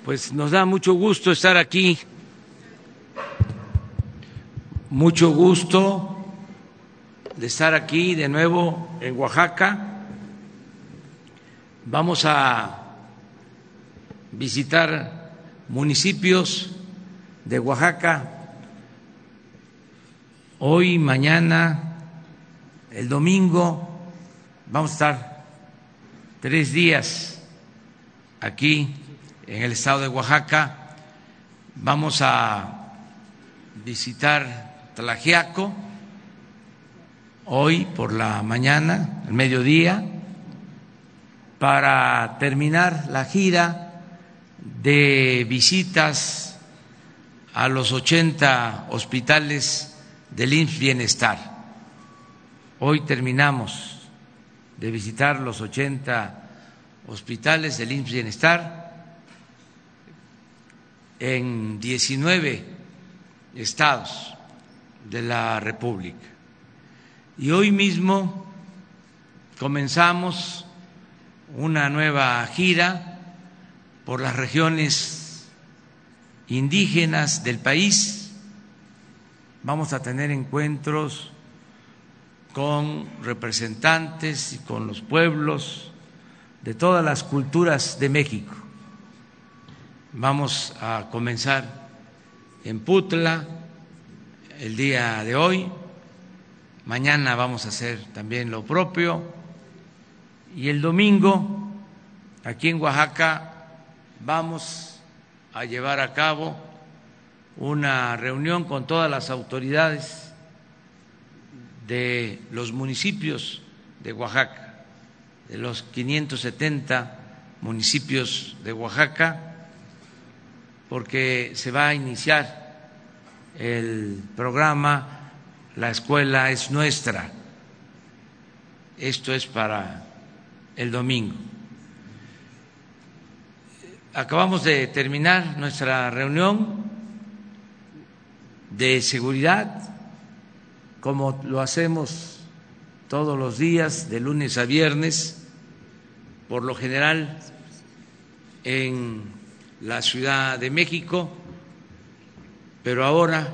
Pues nos da mucho gusto estar aquí, mucho gusto de estar aquí de nuevo en Oaxaca. Vamos a visitar municipios de Oaxaca hoy, mañana, el domingo. Vamos a estar 3 días aquí en el estado de Oaxaca. Vamos a visitar Tlaxiaco hoy por la mañana, al mediodía, para terminar la gira de visitas a los 80 hospitales del IMSS Bienestar. Hoy terminamos de visitar los 80 hospitales del IMSS Bienestar en 19 estados de la República. Y hoy mismo comenzamos una nueva gira por las regiones indígenas del país. Vamos a tener encuentros con representantes y con los pueblos de todas las culturas de México. Vamos a comenzar en Putla el día de hoy, mañana vamos a hacer también lo propio y el domingo aquí en Oaxaca vamos a llevar a cabo una reunión con todas las autoridades de los municipios de Oaxaca, de los 570 municipios de Oaxaca, porque se va a iniciar el programa La Escuela es Nuestra. Esto es para el domingo. Acabamos de terminar nuestra reunión de seguridad, como lo hacemos todos los días, de lunes a viernes, por lo general en la Ciudad de México, pero ahora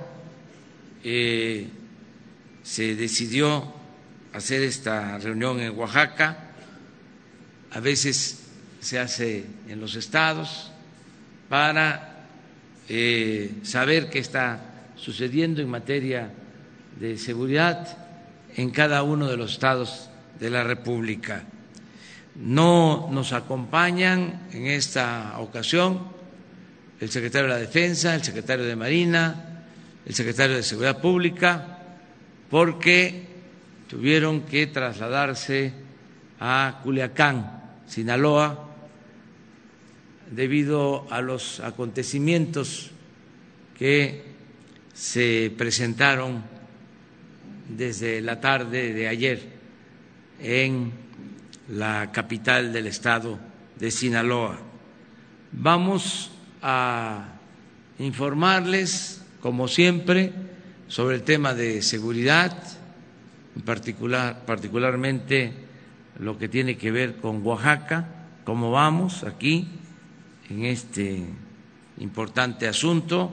se decidió hacer esta reunión en Oaxaca. A veces se hace en los estados para saber qué está sucediendo en materia de seguridad en cada uno de los estados de la República. No nos acompañan en esta ocasión el secretario de la Defensa, el secretario de Marina, el secretario de Seguridad Pública, porque tuvieron que trasladarse a Culiacán, Sinaloa, debido a los acontecimientos que se presentaron desde la tarde de ayer en la capital del estado de Sinaloa. Vamos a informarles, como siempre, sobre el tema de seguridad, en particularmente lo que tiene que ver con Oaxaca, cómo vamos aquí en este importante asunto.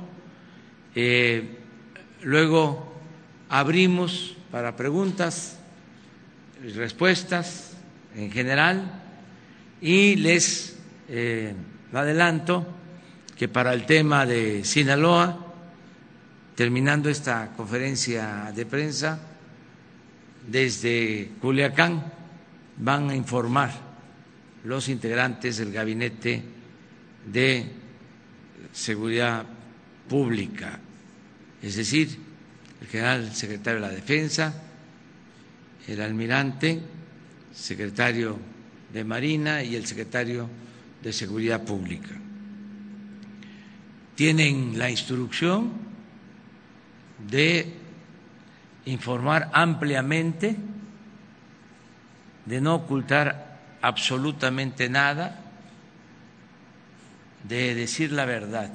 Luego abrimos para preguntas y respuestas en general y les adelanto que para el tema de Sinaloa, terminando esta conferencia de prensa, desde Culiacán van a informar los integrantes del Gabinete de Seguridad Pública, es decir, el general secretario de la Defensa, el almirante, secretario de Marina y el secretario de Seguridad Pública. Tienen la instrucción de informar ampliamente, de no ocultar absolutamente nada, de decir la verdad,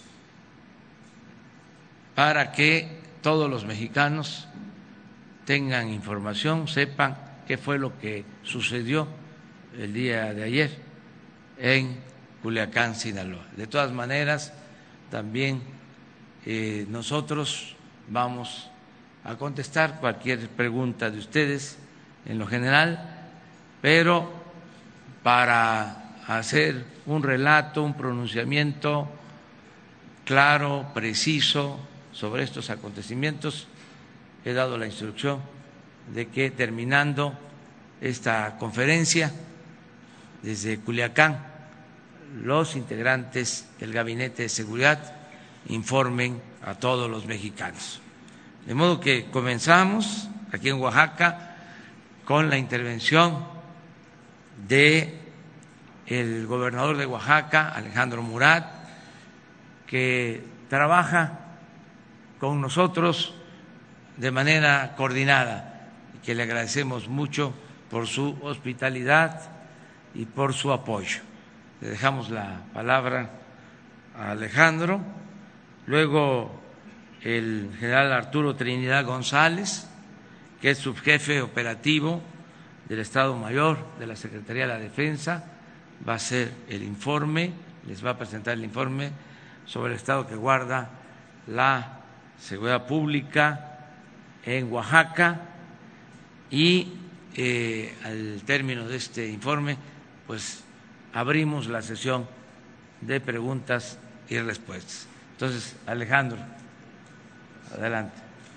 para que todos los mexicanos tengan información, sepan qué fue lo que sucedió el día de ayer en Culiacán, Sinaloa. De todas maneras, también nosotros vamos a contestar cualquier pregunta de ustedes en lo general, pero para hacer un relato, un pronunciamiento claro, preciso sobre estos acontecimientos, he dado la instrucción de que terminando esta conferencia desde Culiacán, los integrantes del Gabinete de Seguridad informen a todos los mexicanos. De modo que comenzamos aquí en Oaxaca con la intervención del gobernador de Oaxaca, Alejandro Murat, que trabaja con nosotros de manera coordinada y que le agradecemos mucho por su hospitalidad y por su apoyo. Le dejamos la palabra a Alejandro, luego el general Arturo Trinidad González, que es subjefe operativo del Estado Mayor de la Secretaría de la Defensa, va a hacer el informe, les va a presentar el informe sobre el estado que guarda la seguridad pública en Oaxaca y al término de este informe, pues abrimos la sesión de preguntas y respuestas. Entonces, Alejandro, adelante.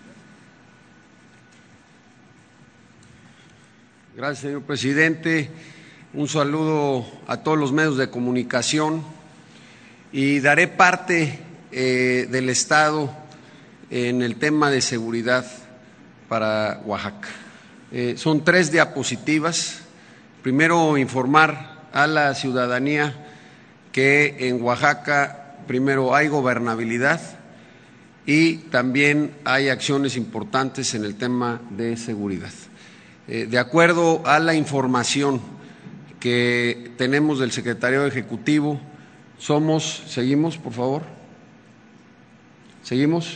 Gracias, señor presidente. Un saludo a todos los medios de comunicación y daré parte del Estado en el tema de seguridad para Oaxaca. Son 3 diapositivas. Primero, informar a la ciudadanía que en Oaxaca, primero, hay gobernabilidad y también hay acciones importantes en el tema de seguridad. De acuerdo a la información que tenemos del Secretariado Ejecutivo, seguimos, por favor, seguimos.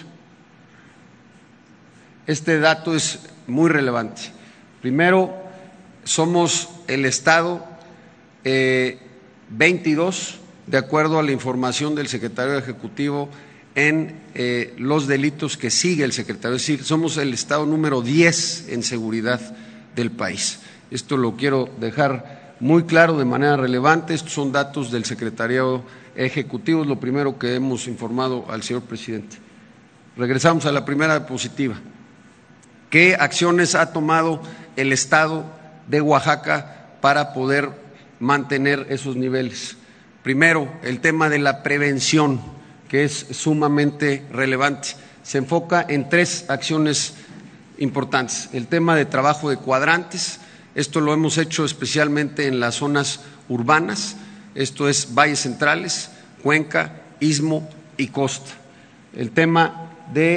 Este dato es muy relevante. Primero, somos el Estado 22, de acuerdo a la información del Secretario Ejecutivo, en los delitos que sigue el secretario. Es decir, somos el Estado número 10 en seguridad del país. Esto lo quiero dejar muy claro de manera relevante. Estos son datos del Secretariado Ejecutivo, es lo primero que hemos informado al señor presidente. Regresamos a la primera diapositiva. ¿Qué acciones ha tomado el Estado de Oaxaca para poder mantener esos niveles? Primero, el tema de la prevención, que es sumamente relevante. Se enfoca en 3 acciones importantes. El tema de trabajo de cuadrantes, esto lo hemos hecho especialmente en las zonas urbanas, esto es valles centrales, Cuenca, Istmo y Costa. El tema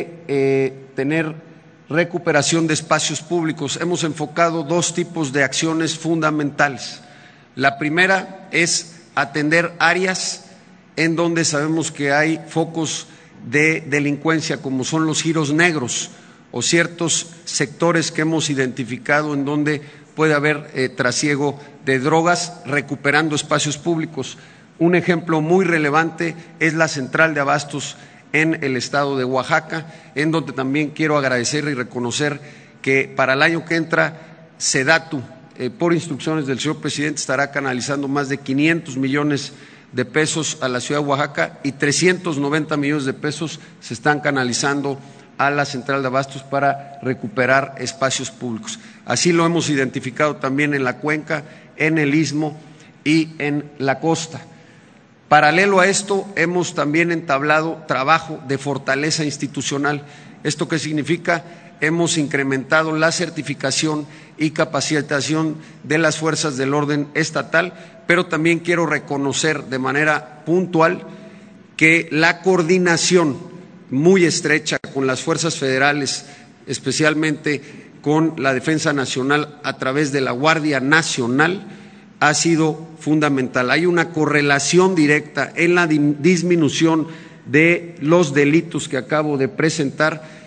de tener recuperación de espacios públicos. Hemos enfocado 2 tipos de acciones fundamentales. La primera es atender áreas en donde sabemos que hay focos de delincuencia, como son los giros negros o ciertos sectores que hemos identificado en donde puede haber trasiego de drogas, recuperando espacios públicos. Un ejemplo muy relevante es la central de abastos en el estado de Oaxaca, en donde también quiero agradecer y reconocer que para el año que entra SEDATU, por instrucciones del señor presidente, estará canalizando más de 500 millones de pesos a la ciudad de Oaxaca y 390 millones de pesos se están canalizando a la central de abastos para recuperar espacios públicos. Así lo hemos identificado también en la Cuenca, en el Istmo y en la costa. Paralelo a esto, hemos también entablado trabajo de fortaleza institucional. ¿Esto qué significa? Hemos incrementado la certificación y capacitación de las fuerzas del orden estatal, pero también quiero reconocer de manera puntual que la coordinación muy estrecha con las fuerzas federales, especialmente con la Defensa Nacional a través de la Guardia Nacional, ha sido fundamental. Hay una correlación directa en la disminución de los delitos que acabo de presentar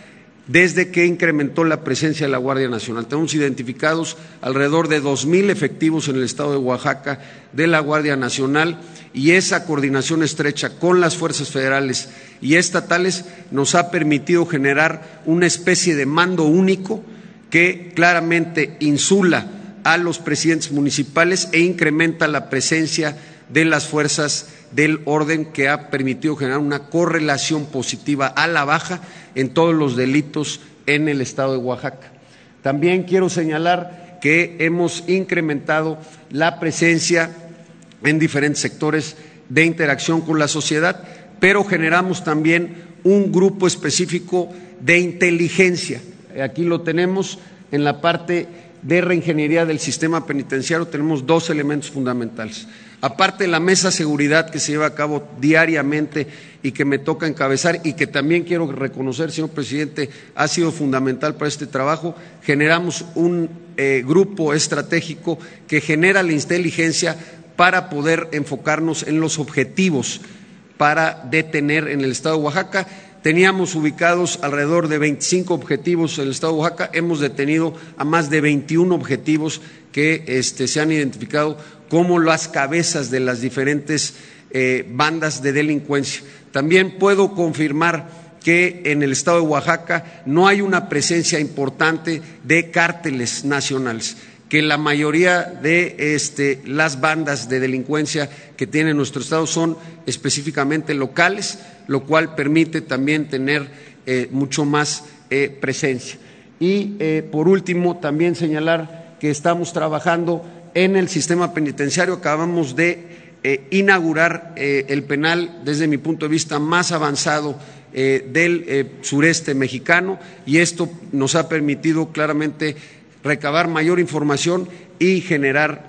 desde que incrementó la presencia de la Guardia Nacional. Tenemos identificados alrededor de 2,000 efectivos en el estado de Oaxaca de la Guardia Nacional, y esa coordinación estrecha con las fuerzas federales y estatales nos ha permitido generar una especie de mando único que claramente insula a los presidentes municipales e incrementa la presencia de las fuerzas del orden, que ha permitido generar una correlación positiva a la baja en todos los delitos en el estado de Oaxaca. También quiero señalar que hemos incrementado la presencia en diferentes sectores de interacción con la sociedad, pero generamos también un grupo específico de inteligencia. Aquí lo tenemos en la parte de reingeniería del sistema penitenciario, tenemos 2 elementos fundamentales. Aparte de la mesa de seguridad que se lleva a cabo diariamente y que me toca encabezar, y que también quiero reconocer, señor presidente, ha sido fundamental para este trabajo, generamos un grupo estratégico que genera la inteligencia para poder enfocarnos en los objetivos para detener en el estado de Oaxaca. Teníamos ubicados alrededor de 25 objetivos en el estado de Oaxaca, hemos detenido a más de 21 objetivos que se han identificado como las cabezas de las diferentes bandas de delincuencia. También puedo confirmar que en el estado de Oaxaca no hay una presencia importante de cárteles nacionales, que la mayoría de las bandas de delincuencia que tiene nuestro estado son específicamente locales, lo cual permite también tener mucho más presencia. Y por último, también señalar que estamos trabajando en el sistema penitenciario. Acabamos de inaugurar el penal, desde mi punto de vista, más avanzado del sureste mexicano, y esto nos ha permitido claramente recabar mayor información y generar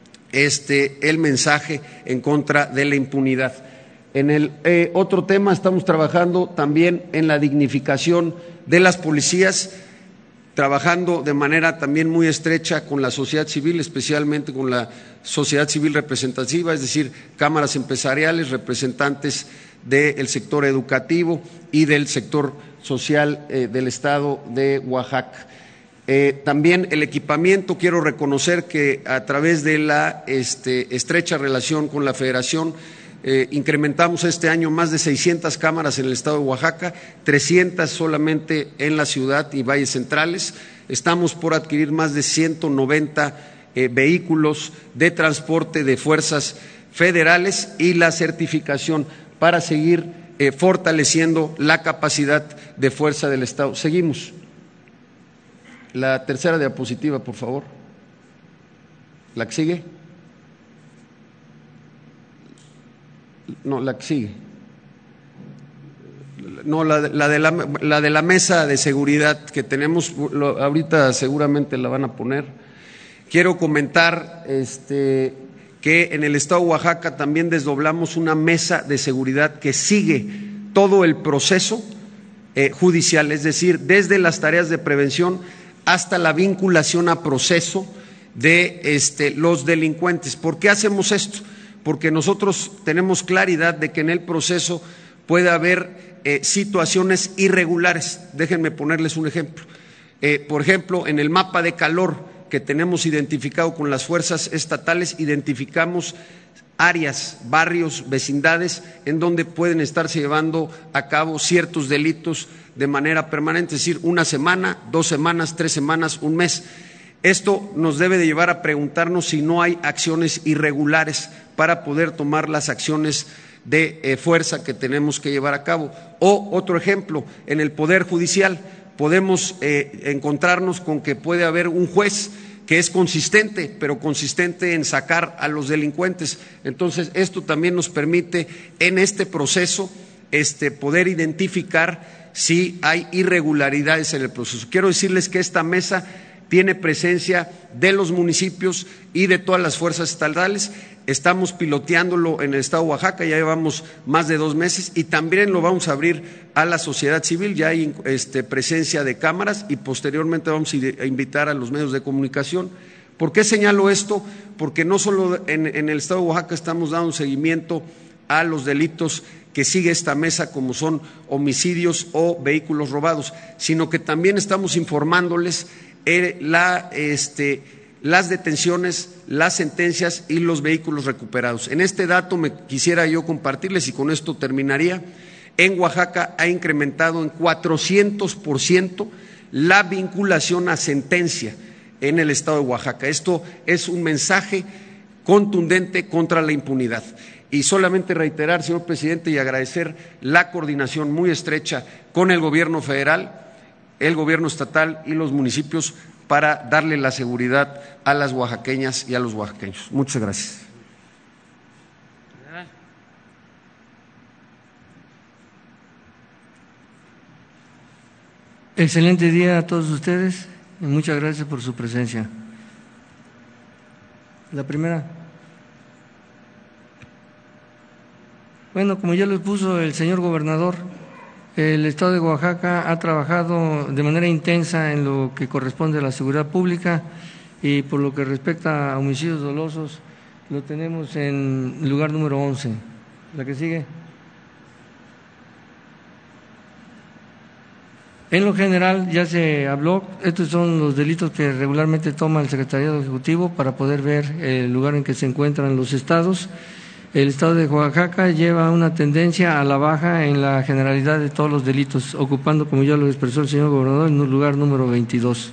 el mensaje en contra de la impunidad. En el otro tema, estamos trabajando también en la dignificación de las policías, trabajando de manera también muy estrecha con la sociedad civil, especialmente con la sociedad civil representativa, es decir, cámaras empresariales, representantes del sector educativo y del sector social del estado de Oaxaca. También el equipamiento, quiero reconocer que a través de la estrecha relación con la Federación, incrementamos este año más de 600 cámaras en el estado de Oaxaca, 300 solamente en la ciudad y valles centrales. Estamos por adquirir más de 190 vehículos de transporte de fuerzas federales y la certificación para seguir fortaleciendo la capacidad de fuerza del estado. Seguimos. La tercera diapositiva, por favor. ¿La que sigue? No, la que sigue. No, la de la mesa de seguridad que tenemos, ahorita seguramente la van a poner. Quiero comentar que en el estado de Oaxaca también desdoblamos una mesa de seguridad que sigue todo el proceso judicial, es decir, desde las tareas de prevención hasta la vinculación a proceso de los delincuentes. ¿Por qué hacemos esto? Porque nosotros tenemos claridad de que en el proceso puede haber situaciones irregulares. Déjenme ponerles un ejemplo. Por ejemplo, en el mapa de calor que tenemos identificado con las fuerzas estatales, identificamos áreas, barrios, vecindades en donde pueden estarse llevando a cabo ciertos delitos de manera permanente, es decir, 1 semana, 2 semanas, 3 semanas, 1 mes. Esto nos debe de llevar a preguntarnos si no hay acciones irregulares para poder tomar las acciones de fuerza que tenemos que llevar a cabo. O otro ejemplo, en el Poder Judicial podemos encontrarnos con que puede haber un juez que es consistente, pero consistente en sacar a los delincuentes. Entonces, esto también nos permite en este proceso poder identificar si hay irregularidades en el proceso. Quiero decirles que esta mesa tiene presencia de los municipios y de todas las fuerzas estatales. Estamos piloteándolo en el estado de Oaxaca, ya llevamos más de 2 meses, y también lo vamos a abrir a la sociedad civil. Ya hay presencia de cámaras y posteriormente vamos a invitar a los medios de comunicación. ¿Por qué señalo esto? Porque no solo en el estado de Oaxaca estamos dando seguimiento a los delitos que sigue esta mesa, como son homicidios o vehículos robados, sino que también estamos informándoles las detenciones, las sentencias y los vehículos recuperados. En este dato me quisiera yo compartirles, y con esto terminaría, en Oaxaca ha incrementado en 400% la vinculación a sentencia en el estado de Oaxaca. Esto es un mensaje contundente contra la impunidad. Y solamente reiterar, señor presidente, y agradecer la coordinación muy estrecha con el gobierno federal, el gobierno estatal y los municipios para darle la seguridad a las oaxaqueñas y a los oaxaqueños. Muchas gracias. Excelente día a todos ustedes y muchas gracias por su presencia. La primera. Bueno, como ya lo puso el señor gobernador, el estado de Oaxaca ha trabajado de manera intensa en lo que corresponde a la seguridad pública y por lo que respecta a homicidios dolosos, lo tenemos en el lugar número 11. La que sigue. En lo general, ya se habló, estos son los delitos que regularmente toma el Secretariado Ejecutivo para poder ver el lugar en que se encuentran los estados. El estado de Oaxaca lleva una tendencia a la baja en la generalidad de todos los delitos, ocupando, como ya lo expresó el señor gobernador, en un lugar número 22.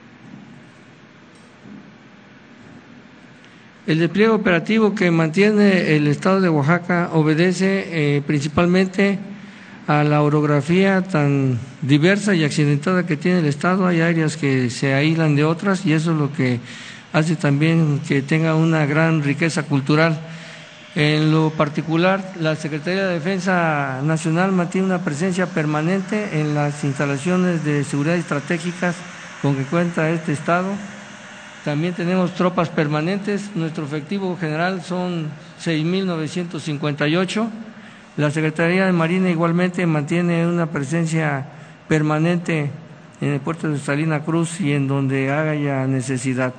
El despliegue operativo que mantiene el estado de Oaxaca obedece principalmente a la orografía tan diversa y accidentada que tiene el estado. Hay áreas que se aíslan de otras y eso es lo que hace también que tenga una gran riqueza cultural. En lo particular, la Secretaría de Defensa Nacional mantiene una presencia permanente en las instalaciones de seguridad estratégicas con que cuenta este estado. También tenemos tropas permanentes, nuestro efectivo general son 6.958. La Secretaría de Marina igualmente mantiene una presencia permanente en el puerto de Salina Cruz y en donde haya necesidad.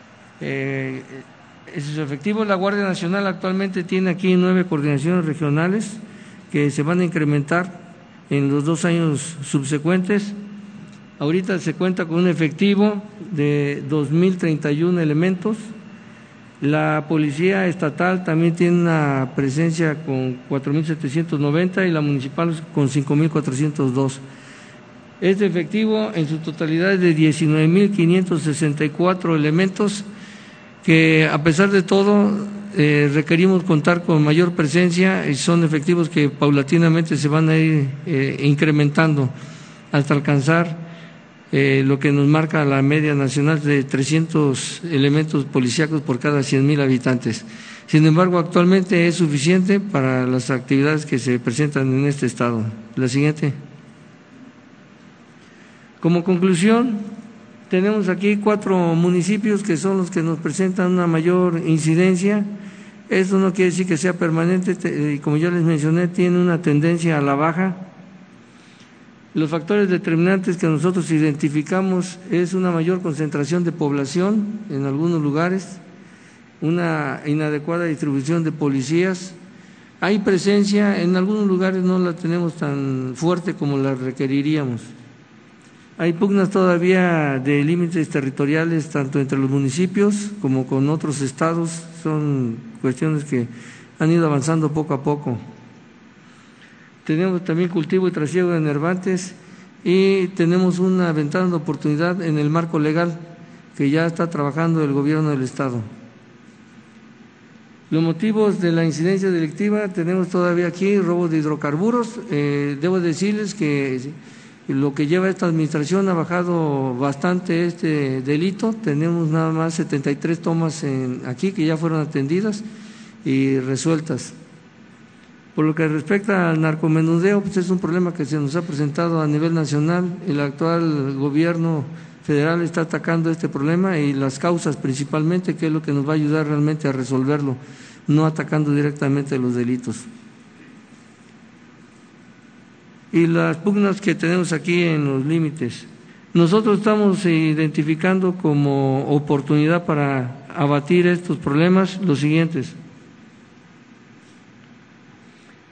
Es efectivo. La Guardia Nacional actualmente tiene aquí 9 coordinaciones regionales que se van a incrementar en los 2 años subsecuentes. Ahorita se cuenta con un efectivo de 2.031 elementos. La Policía Estatal también tiene una presencia con 4.790 y la municipal con 5.402. Este efectivo en su totalidad es de 19.564 elementos que a pesar de todo requerimos contar con mayor presencia y son efectivos que paulatinamente se van a ir incrementando hasta alcanzar lo que nos marca la media nacional de 300 elementos policíacos por cada 100.000 habitantes. Sin embargo, actualmente es suficiente para las actividades que se presentan en este estado. La siguiente. Como conclusión, tenemos aquí 4 municipios que son los que nos presentan una mayor incidencia. Eso no quiere decir que sea permanente, como ya les mencioné, tiene una tendencia a la baja. Los factores determinantes que nosotros identificamos es una mayor concentración de población en algunos lugares, una inadecuada distribución de policías. Hay presencia, en algunos lugares no la tenemos tan fuerte como la requeriríamos. Hay pugnas todavía de límites territoriales tanto entre los municipios como con otros estados, son cuestiones que han ido avanzando poco a poco. Tenemos también cultivo y trasiego de enervantes y tenemos una ventana de oportunidad en el marco legal que ya está trabajando el gobierno del estado. Los motivos de la incidencia delictiva, tenemos todavía aquí robo de hidrocarburos. Debo decirles que lo que lleva esta administración ha bajado bastante este delito. Tenemos nada más 73 tomas aquí que ya fueron atendidas y resueltas. Por lo que respecta al narcomenudeo, pues es un problema que se nos ha presentado a nivel nacional. El actual gobierno federal está atacando este problema y las causas principalmente, que es lo que nos va a ayudar realmente a resolverlo, no atacando directamente los delitos. Y las pugnas que tenemos aquí en los límites. Nosotros estamos identificando como oportunidad para abatir estos problemas los siguientes.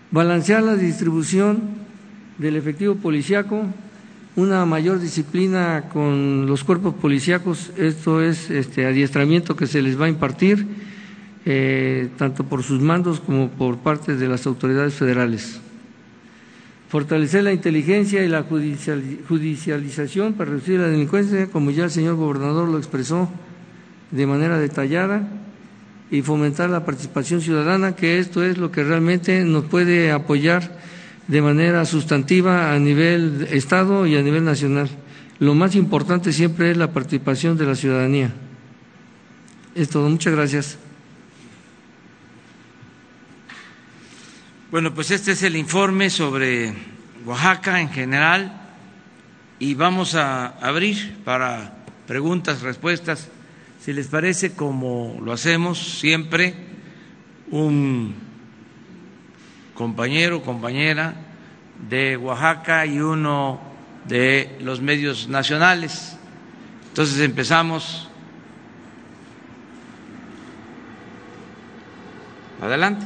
balancear la distribución del efectivo policíaco, una mayor disciplina con los cuerpos policíacos, esto es adiestramiento que se les va a impartir, tanto por sus mandos como por parte de las autoridades federales. Fortalecer la inteligencia y la judicialización para reducir la delincuencia, como ya el señor gobernador lo expresó de manera detallada, y fomentar la participación ciudadana, que esto es lo que realmente nos puede apoyar de manera sustantiva a nivel Estado y a nivel nacional. Lo más importante siempre es la participación de la ciudadanía. Es todo. Muchas gracias. Bueno, pues este es el informe sobre Oaxaca en general y vamos a abrir para preguntas, respuestas. Si les parece, como lo hacemos siempre, un compañero o compañera de Oaxaca y uno de los medios nacionales. Entonces empezamos. Adelante.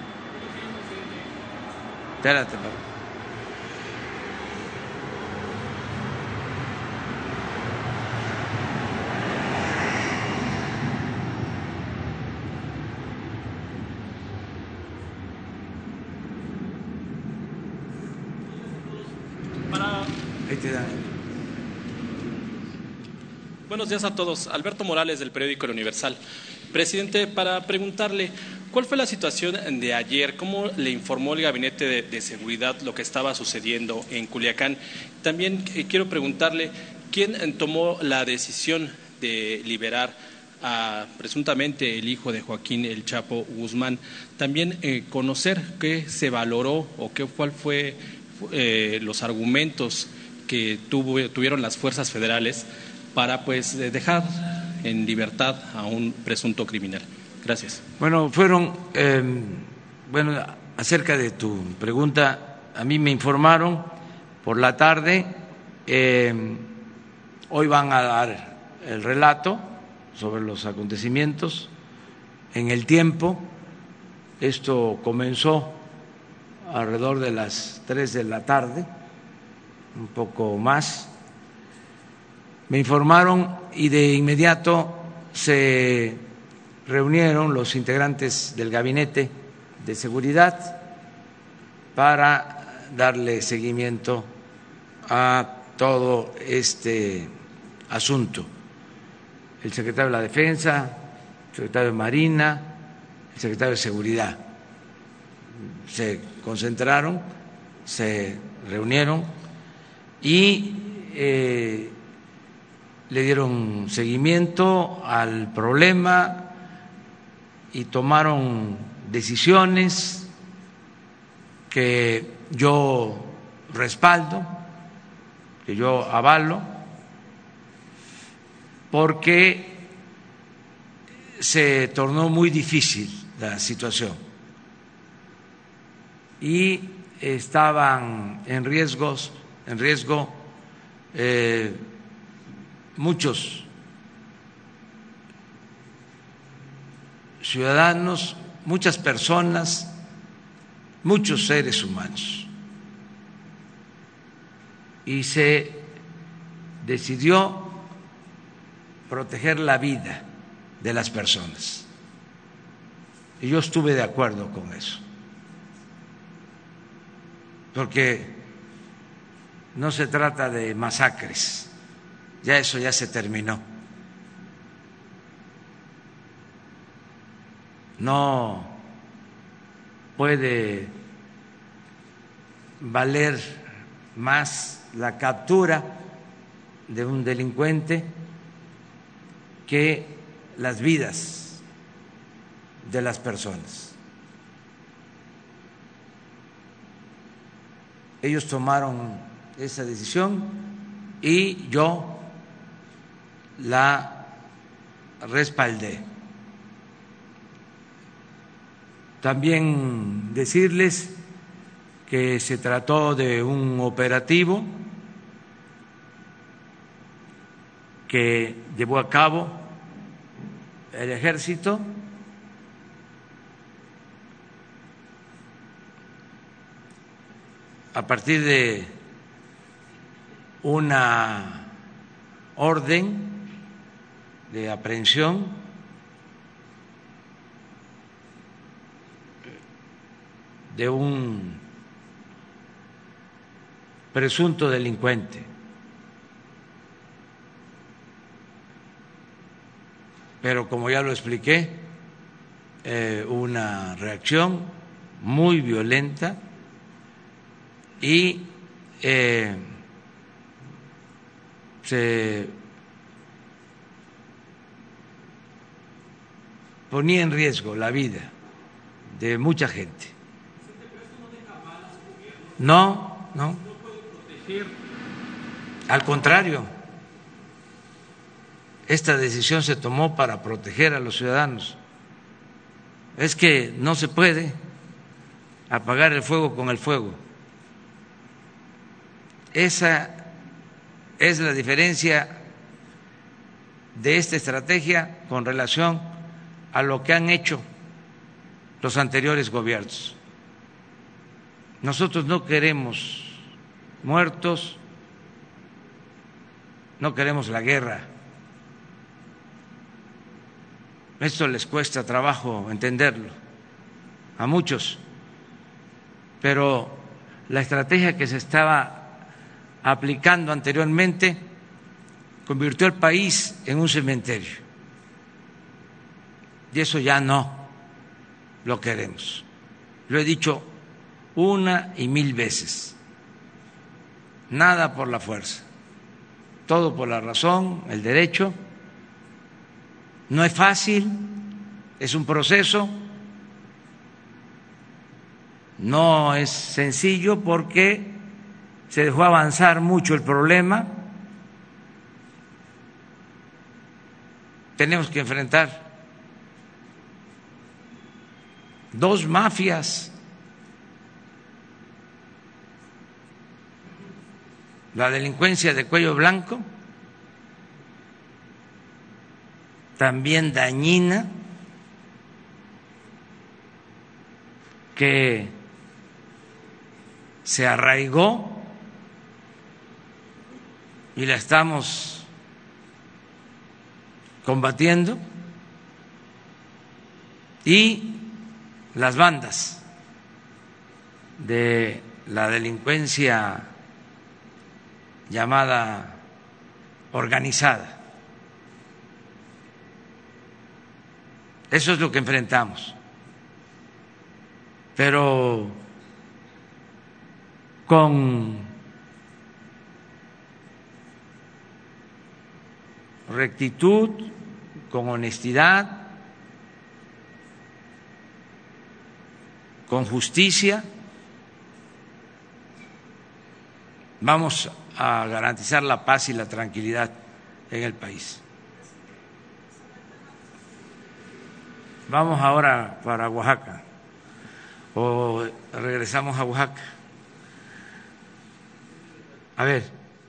Espérate, Pablo. Ahí te da. Buenos días a todos. Alberto Morales, del periódico El Universal. Presidente, para preguntarle, ¿cuál fue la situación de ayer? ¿Cómo le informó el Gabinete de Seguridad lo que estaba sucediendo en Culiacán? También quiero preguntarle, ¿quién tomó la decisión de liberar a presuntamente el hijo de Joaquín El Chapo Guzmán? También conocer qué se valoró o cuál fue los argumentos que tuvieron las fuerzas federales para dejar en libertad a un presunto criminal. Gracias. Bueno, acerca de tu pregunta, a mí me informaron por la tarde, hoy van a dar el relato sobre los acontecimientos en el tiempo. Esto comenzó alrededor de las 3 de la tarde, un poco más. Me informaron y de inmediato se reunieron los integrantes del Gabinete de Seguridad para darle seguimiento a todo este asunto. El secretario de la Defensa, el secretario de Marina, el secretario de Seguridad se concentraron, se reunieron y le dieron seguimiento al problema y tomaron decisiones que yo respaldo, que yo avalo, porque se tornó muy difícil la situación y estaban en riesgo muchos ciudadanos, muchas personas, muchos seres humanos. Y se decidió proteger la vida de las personas. Y yo estuve de acuerdo con eso, porque no se trata de masacres. Ya eso ya se terminó. No puede valer más la captura de un delincuente que las vidas de las personas. Ellos tomaron esa decisión y yo la respaldé. También decirles que se trató de un operativo que llevó a cabo el Ejército a partir de una orden de aprehensión de un presunto delincuente. Pero como ya lo expliqué, una reacción muy violenta y se ponía en riesgo la vida de mucha gente. No. Al contrario, esta decisión se tomó para proteger a los ciudadanos. Es que no se puede apagar el fuego con el fuego. Esa es la diferencia de esta estrategia con relación a lo que han hecho los anteriores gobiernos. Nosotros no queremos muertos, no queremos la guerra. Esto les cuesta trabajo entenderlo a muchos, pero la estrategia que se estaba aplicando anteriormente convirtió al país en un cementerio, y eso ya no lo queremos. Lo he dicho una y mil veces: nada por la fuerza, todo por la razón, el derecho. No es fácil, es un proceso, no es sencillo porque se dejó avanzar mucho el problema. Tenemos que enfrentar dos mafias: la delincuencia de cuello blanco, también dañina, que se arraigó y la estamos combatiendo, y las bandas de la delincuencia llamada organizada. Eso es lo que enfrentamos, pero con rectitud, con honestidad, con justicia, vamos a garantizar la paz y la tranquilidad en el país. Vamos ahora para Oaxaca, o regresamos a Oaxaca. A ver.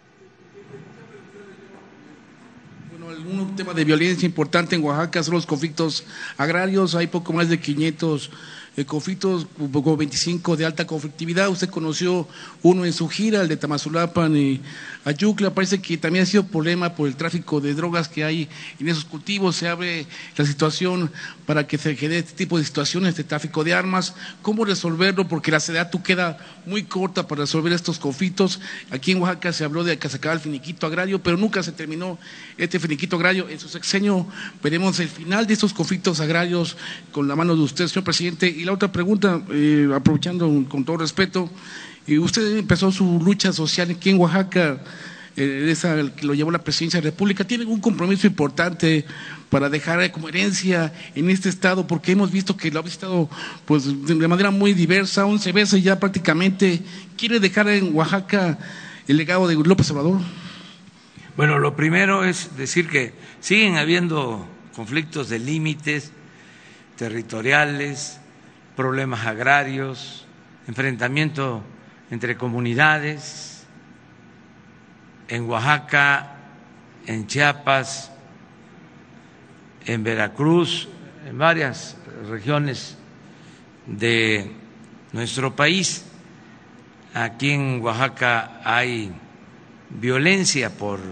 Bueno, un tema de violencia importante en Oaxaca son los conflictos agrarios. Hay poco más de 500 conflictos, como 25 de alta conflictividad. Usted conoció uno en su gira, el de Tamazulapan y Ayucla. Parece que también ha sido problema por el tráfico de drogas que hay en esos cultivos. Se abre la situación para que se genere este tipo de situaciones de tráfico de armas. ¿Cómo resolverlo? Porque la SEDATU queda muy corta para resolver estos conflictos. Aquí en Oaxaca se habló de que se acaba el finiquito agrario, pero nunca se terminó este finiquito agrario. En su sexenio veremos el final de estos conflictos agrarios con la mano de usted, señor presidente. Y la otra pregunta, aprovechando con todo respeto, usted empezó su lucha social aquí en Oaxaca, esa que lo llevó la presidencia de la República. ¿Tiene un compromiso importante para dejar como herencia en este estado? Porque hemos visto que lo ha visitado pues de manera muy diversa, 11 veces ya prácticamente. ¿Quiere dejar en Oaxaca el legado de López Obrador? Bueno, lo primero es decir que siguen habiendo conflictos de límites territoriales, problemas agrarios, enfrentamiento entre comunidades en Oaxaca, en Chiapas, en Veracruz, en varias regiones de nuestro país. aquí en Oaxaca hay violencia por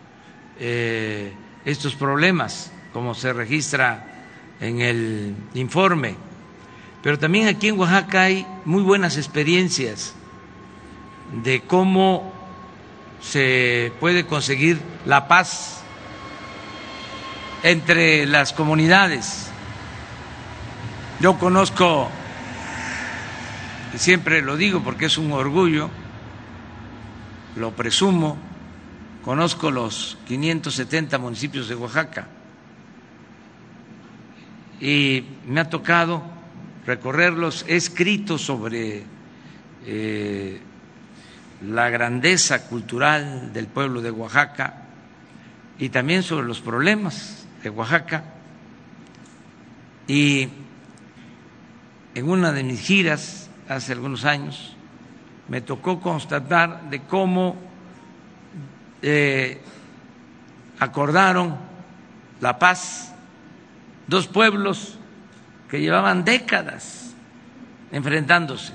estos problemas, como se registra en el informe. Pero también aquí en Oaxaca hay muy buenas experiencias de cómo se puede conseguir la paz entre las comunidades. Yo conozco, y siempre lo digo porque es un orgullo, lo presumo, conozco los 570 municipios de Oaxaca y me ha tocado recorrerlos. He escrito sobre la grandeza cultural del pueblo de Oaxaca y también sobre los problemas de Oaxaca. Y en una de mis giras hace algunos años me tocó constatar de cómo acordaron la paz dos pueblos que llevaban décadas enfrentándose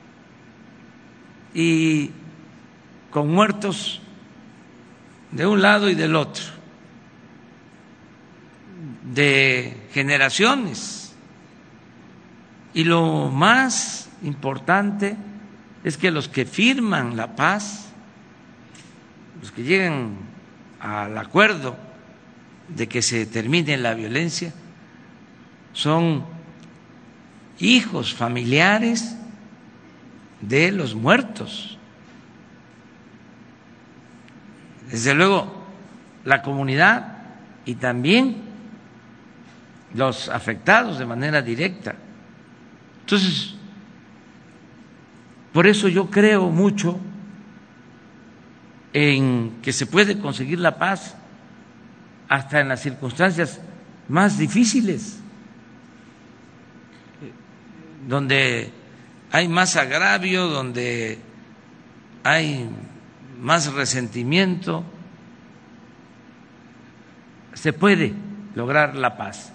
y con muertos de un lado y del otro, de generaciones. Y lo más importante es que los que firman la paz, los que llegan al acuerdo de que se termine la violencia, son hijos, familiares de los muertos. Desde luego, la comunidad y también los afectados de manera directa. Entonces, por eso yo creo mucho en que se puede conseguir la paz hasta en las circunstancias más difíciles, donde hay más agravio, donde hay más resentimiento, se puede lograr la paz.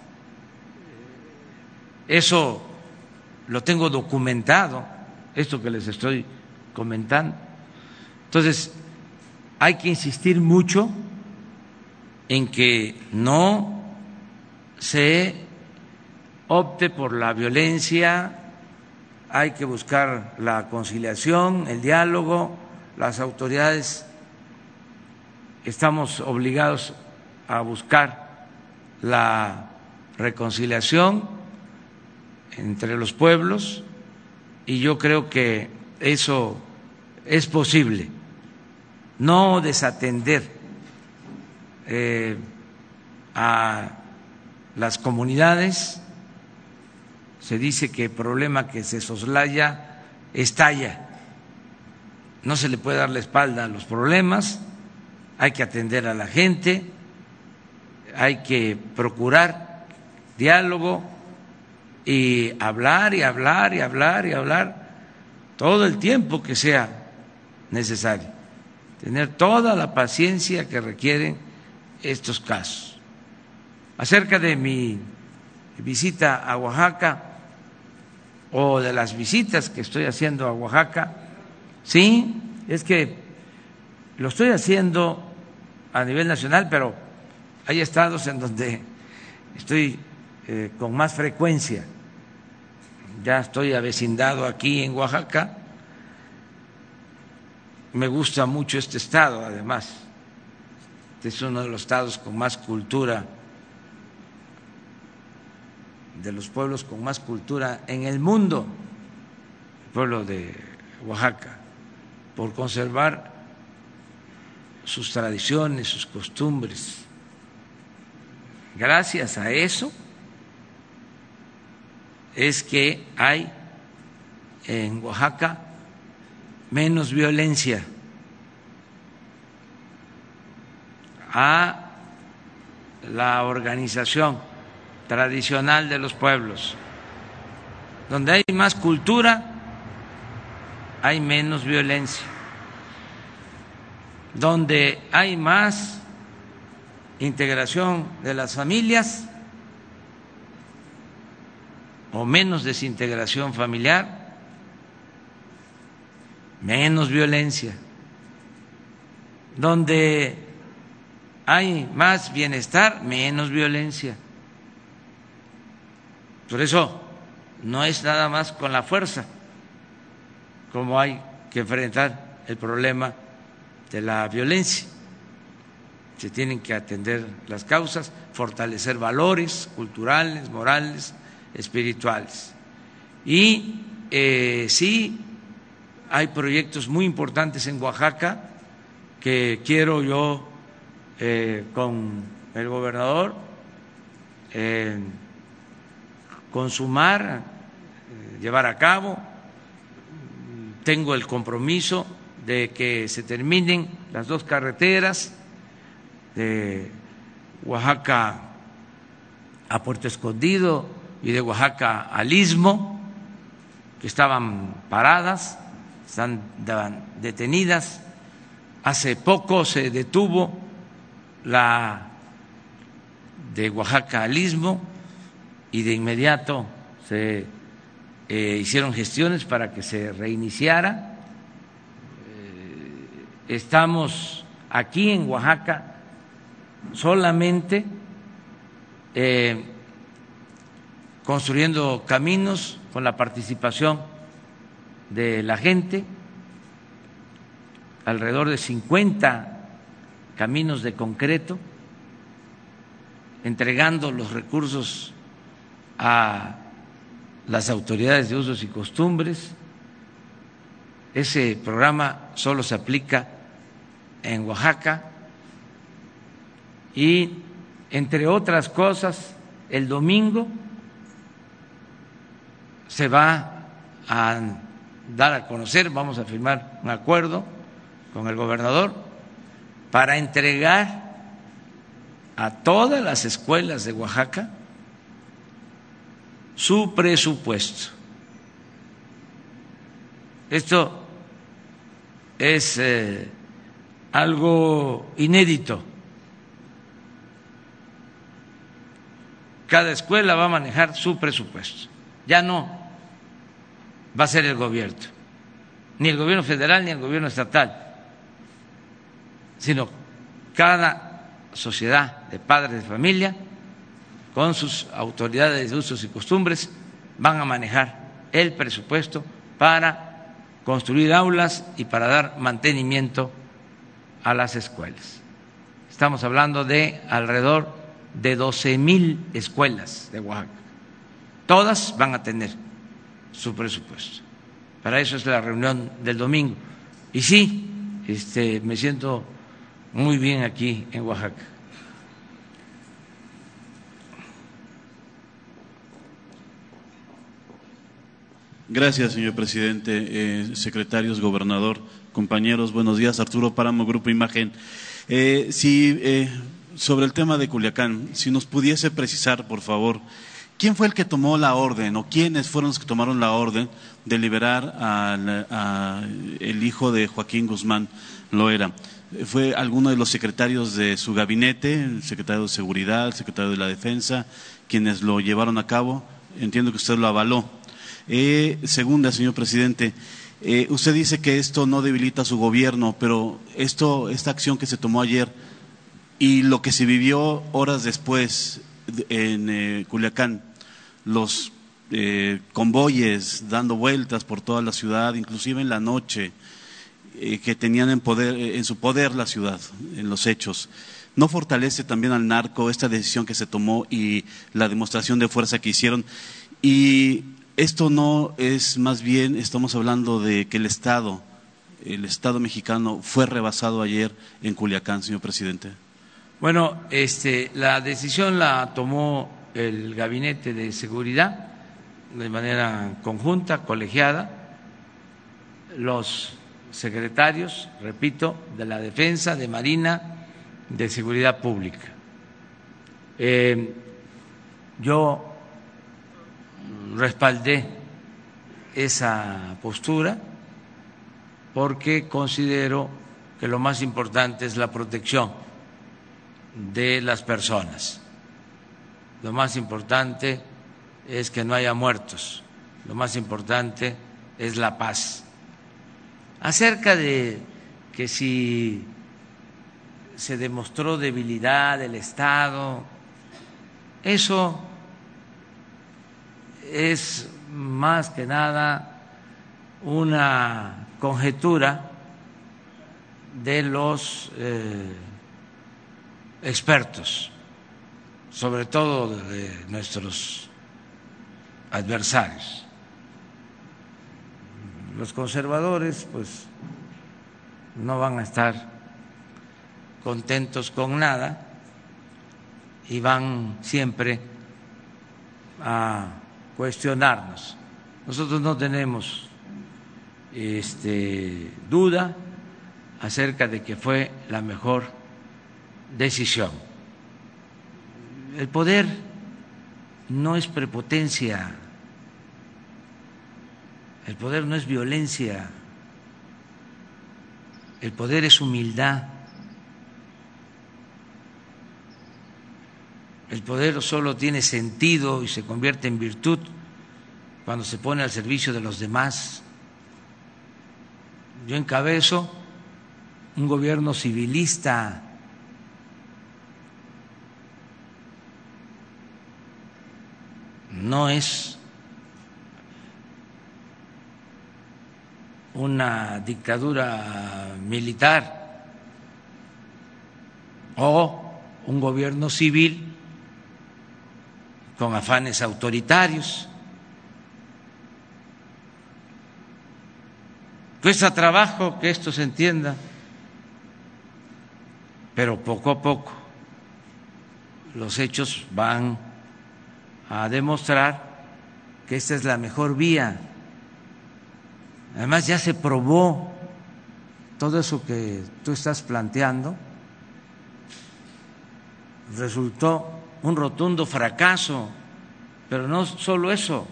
Eso lo tengo documentado, esto que les estoy comentando. Entonces, hay que insistir mucho en que no se opte por la violencia, hay que buscar la conciliación, el diálogo. Las autoridades estamos obligados a buscar la reconciliación entre los pueblos y yo creo que eso es posible. No desatender a las comunidades. Se dice que problema que se soslaya estalla. No se le puede dar la espalda a los problemas, hay que atender a la gente, hay que procurar diálogo y hablar y hablar y hablar y hablar todo el tiempo que sea necesario, tener toda la paciencia que requieren estos casos. Acerca de mi visita a Oaxaca o de las visitas que estoy haciendo a Oaxaca, sí, es que lo estoy haciendo a nivel nacional, pero hay estados en donde estoy con más frecuencia. Ya estoy avecindado aquí en Oaxaca. Me gusta mucho este estado, además. Este es uno de los estados con más cultura, de los pueblos con más cultura en el mundo, el pueblo de Oaxaca, por conservar sus tradiciones, sus costumbres. Gracias a eso es que hay en Oaxaca menos violencia, a la organización tradicional de los pueblos. Donde hay más cultura, hay menos violencia. Donde hay más integración de las familias o menos desintegración familiar, menos violencia. Donde hay más bienestar, menos violencia. Por eso no es nada más con la fuerza como hay que enfrentar el problema de la violencia. Se tienen que atender las causas, fortalecer valores culturales, morales, espirituales. Y sí, hay proyectos muy importantes en Oaxaca que quiero yo con el gobernador consumar, llevar a cabo. Tengo el compromiso de que se terminen las dos carreteras de Oaxaca a Puerto Escondido y de Oaxaca al Istmo, que estaban paradas, están detenidas. Hace poco se detuvo la de Oaxaca al Istmo y de inmediato se hicieron gestiones para que se reiniciara. Estamos aquí en Oaxaca solamente construyendo caminos con la participación de la gente, alrededor de 50 caminos de concreto, entregando los recursos a las autoridades de usos y costumbres. Ese programa solo se aplica en Oaxaca y, entre otras cosas, el domingo se va a dar a conocer, vamos a firmar un acuerdo con el gobernador para entregar a todas las escuelas de Oaxaca su presupuesto. Esto es algo inédito. Cada escuela va a manejar su presupuesto. Ya no va a ser el gobierno, ni el gobierno federal ni el gobierno estatal, sino cada sociedad de padres de familia con sus autoridades de usos y costumbres van a manejar el presupuesto para construir aulas y para dar mantenimiento a las escuelas. Estamos hablando de alrededor de 12,000 escuelas de Oaxaca. Todas van a tener su presupuesto. Para eso es la reunión del domingo. Y sí, me siento muy bien aquí en Oaxaca. Gracias, señor presidente, secretarios, gobernador, compañeros, buenos días. Arturo Páramo, Grupo Imagen. Sobre el tema de Culiacán, si nos pudiese precisar, por favor, ¿quién fue el que tomó la orden o quiénes fueron los que tomaron la orden de liberar al hijo de Joaquín Guzmán Loera? ¿Fue alguno de los secretarios de su gabinete, el secretario de Seguridad, el secretario de la Defensa, quienes lo llevaron a cabo? Entiendo que usted lo avaló. Segunda, señor presidente, usted dice que esto no debilita su gobierno, pero esta acción que se tomó ayer y lo que se vivió horas después en Culiacán, los convoyes dando vueltas por toda la ciudad, inclusive en la noche, que tenían en su poder la ciudad, en los hechos, ¿no fortalece también al narco esta decisión que se tomó y la demostración de fuerza que hicieron? Y esto no es, más bien estamos hablando de que el Estado mexicano fue rebasado ayer en Culiacán, señor presidente. Bueno, la decisión la tomó el Gabinete de Seguridad de manera conjunta, colegiada, los secretarios, repito, de la Defensa, de Marina, de Seguridad Pública. Yo respaldé esa postura porque considero que lo más importante es la protección de las personas. Lo más importante es que no haya muertos. Lo más importante es la paz. acerca de que si se demostró debilidad del Estado, eso es más que nada una conjetura de los expertos, sobre todo de nuestros adversarios. Los conservadores pues no van a estar contentos con nada y van siempre a cuestionarnos. Nosotros no tenemos duda acerca de que fue la mejor decisión. El poder no es prepotencia, el poder no es violencia, el poder es humildad. El poder solo tiene sentido y se convierte en virtud cuando se pone al servicio de los demás. Yo encabezo un gobierno civilista. No es una dictadura militar o un gobierno civil con afanes autoritarios. Cuesta trabajo que esto se entienda, pero poco a poco los hechos van a demostrar que esta es la mejor vía. Además ya se probó todo eso que tú estás planteando, resultó un rotundo fracaso, pero no solo eso.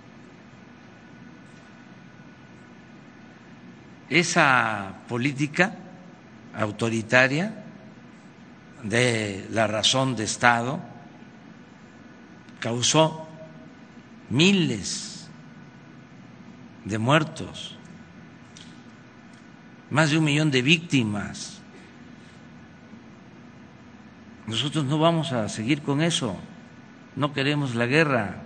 Esa política autoritaria de la razón de Estado causó miles de muertos, más de 1 millón de víctimas. Nosotros no vamos a seguir con eso, no queremos la guerra.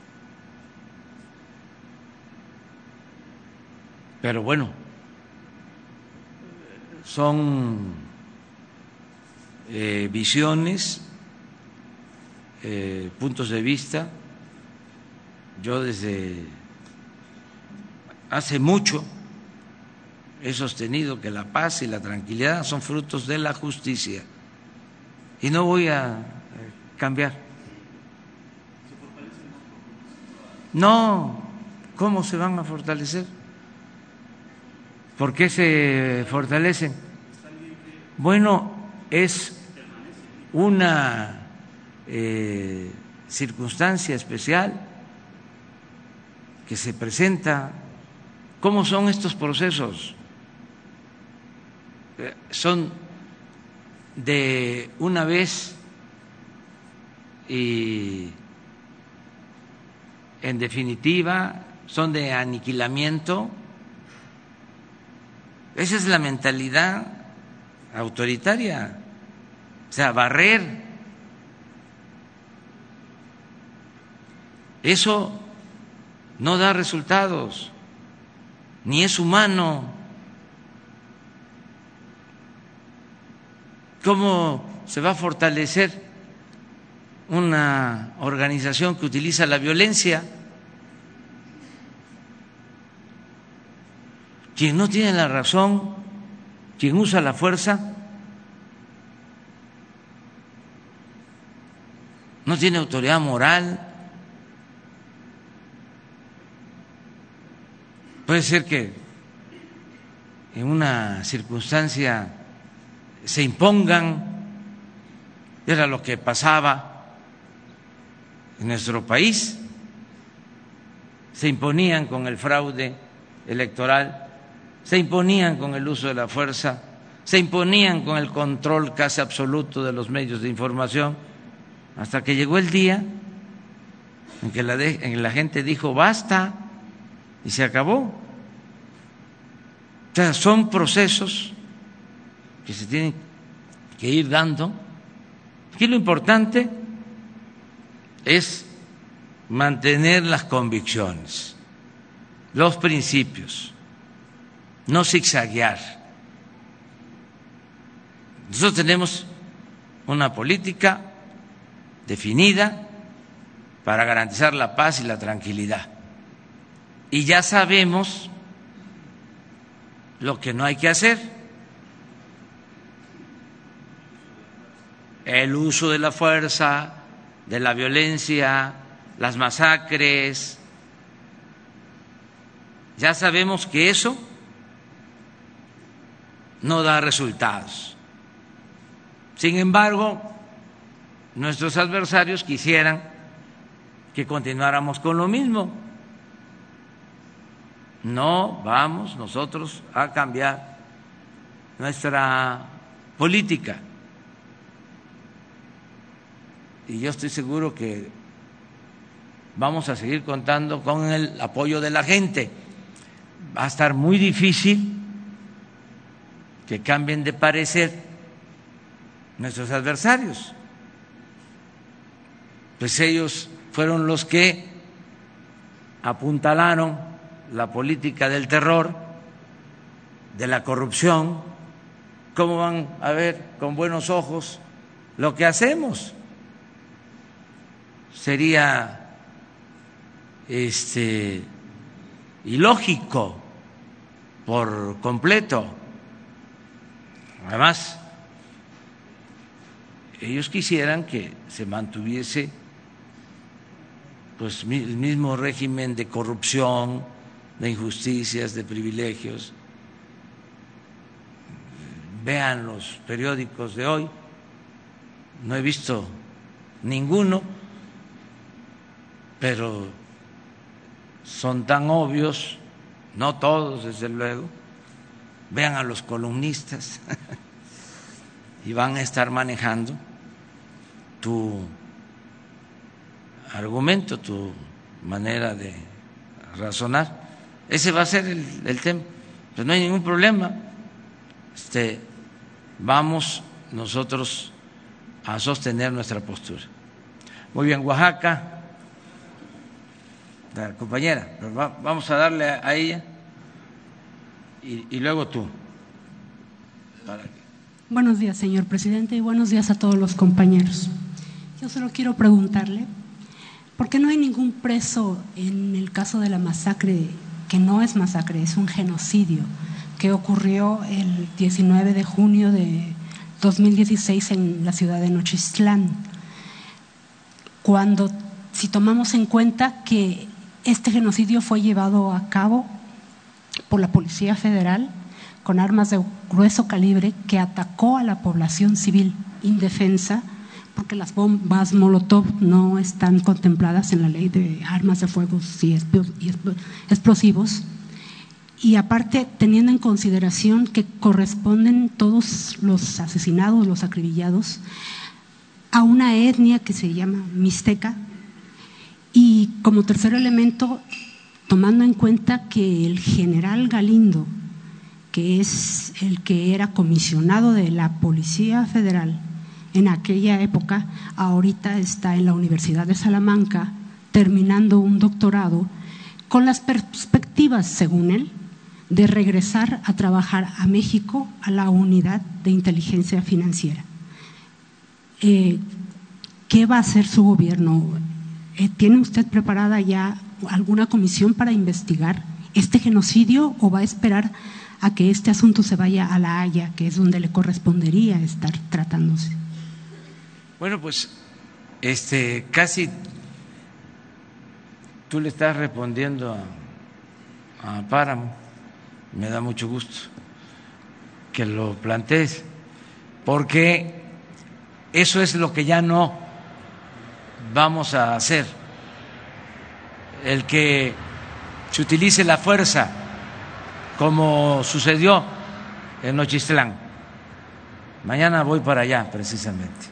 Pero bueno, son visiones, puntos de vista. Yo desde hace mucho he sostenido que la paz y la tranquilidad son frutos de la justicia y no voy a cambiar. No, ¿cómo se van a fortalecer? ¿Por qué se fortalecen? Bueno, es una circunstancia especial que se presenta. ¿Cómo son estos procesos? Son de una vez y en definitiva son de aniquilamiento. Esa es la mentalidad autoritaria, o sea, barrer. Eso no da resultados, ni es humano. ¿Cómo se va a fortalecer una organización que utiliza la violencia? Quien no tiene la razón, quien usa la fuerza, no tiene autoridad moral. Puede ser que en una circunstancia se impongan, era lo que pasaba en nuestro país, se imponían con el fraude electoral, se imponían con el uso de la fuerza, se imponían con el control casi absoluto de los medios de información, hasta que llegó el día en que la gente dijo basta y se acabó. sea, son procesos que se tienen que ir dando. Aquí lo importante es mantener las convicciones, los principios, no zigzaguear. Nosotros tenemos una política definida para garantizar la paz y la tranquilidad. Y ya sabemos lo que no hay que hacer. El uso de la fuerza, de la violencia, las masacres. Ya sabemos que eso no da resultados. Sin embargo, nuestros adversarios quisieran que continuáramos con lo mismo. No vamos nosotros a cambiar nuestra política. Y yo estoy seguro que vamos a seguir contando con el apoyo de la gente. Va a estar muy difícil que cambien de parecer nuestros adversarios, pues ellos fueron los que apuntalaron la política del terror, de la corrupción. ¿Cómo van a ver con buenos ojos lo que hacemos? Sería ilógico por completo. Además, ellos quisieran que se mantuviese pues el mismo régimen de corrupción, de injusticias, de privilegios. Vean los periódicos de hoy, no he visto ninguno, pero son tan obvios, no todos desde luego. Vean a los columnistas y van a estar manejando tu argumento, tu manera de razonar. Ese va a ser el tema. Pues no hay ningún problema. Vamos nosotros a sostener nuestra postura. Muy bien, Oaxaca. La compañera, vamos a darle a ella y luego tú. Buenos días, señor presidente, y buenos días a todos los compañeros. Yo solo quiero preguntarle, ¿por qué no hay ningún preso en el caso de la masacre, que no es masacre, es un genocidio, que ocurrió el 19 de junio de 2016 en la ciudad de Nochistlán? Si tomamos en cuenta que este genocidio fue llevado a cabo por la Policía Federal con armas de grueso calibre, que atacó a la población civil indefensa, porque las bombas Molotov no están contempladas en la ley de armas de fuego y explosivos, y aparte teniendo en consideración que corresponden todos los asesinados, los acribillados, a una etnia que se llama mixteca. Y como tercer elemento, tomando en cuenta que el general Galindo, que es el que era comisionado de la Policía Federal en aquella época, ahorita está en la Universidad de Salamanca terminando un doctorado con las perspectivas, según él, de regresar a trabajar a México a la unidad de inteligencia financiera. ¿Qué va a hacer su gobierno? ¿Tiene usted preparada ya alguna comisión para investigar este genocidio o va a esperar a que este asunto se vaya a La Haya, que es donde le correspondería estar tratándose? Bueno, pues casi tú le estás respondiendo a Páramo. Me da mucho gusto que lo plantees, porque eso es lo que ya no vamos a hacer, el que se utilice la fuerza como sucedió en Nochistlán. Mañana voy para allá precisamente.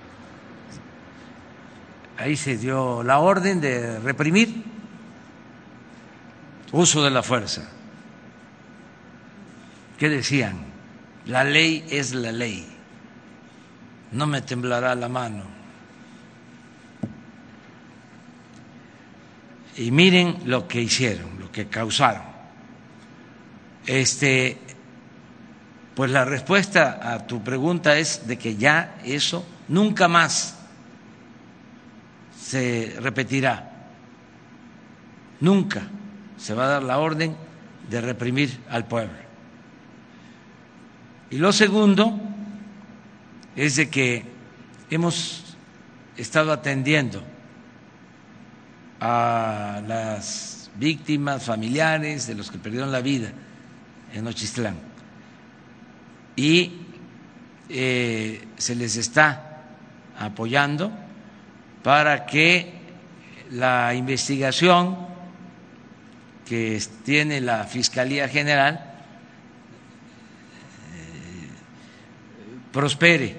Ahí se dio la orden de reprimir uso de la fuerza. ¿qué decían? La ley es la ley, no me temblará la mano. Y miren lo que hicieron, lo que causaron. Pues la respuesta a tu pregunta es de que ya eso nunca más se repetirá. Nunca se va a dar la orden de reprimir al pueblo. Y lo segundo es de que hemos estado atendiendo a las víctimas familiares de los que perdieron la vida en Nochistlán y se les está apoyando para que la investigación que tiene la Fiscalía General prospere.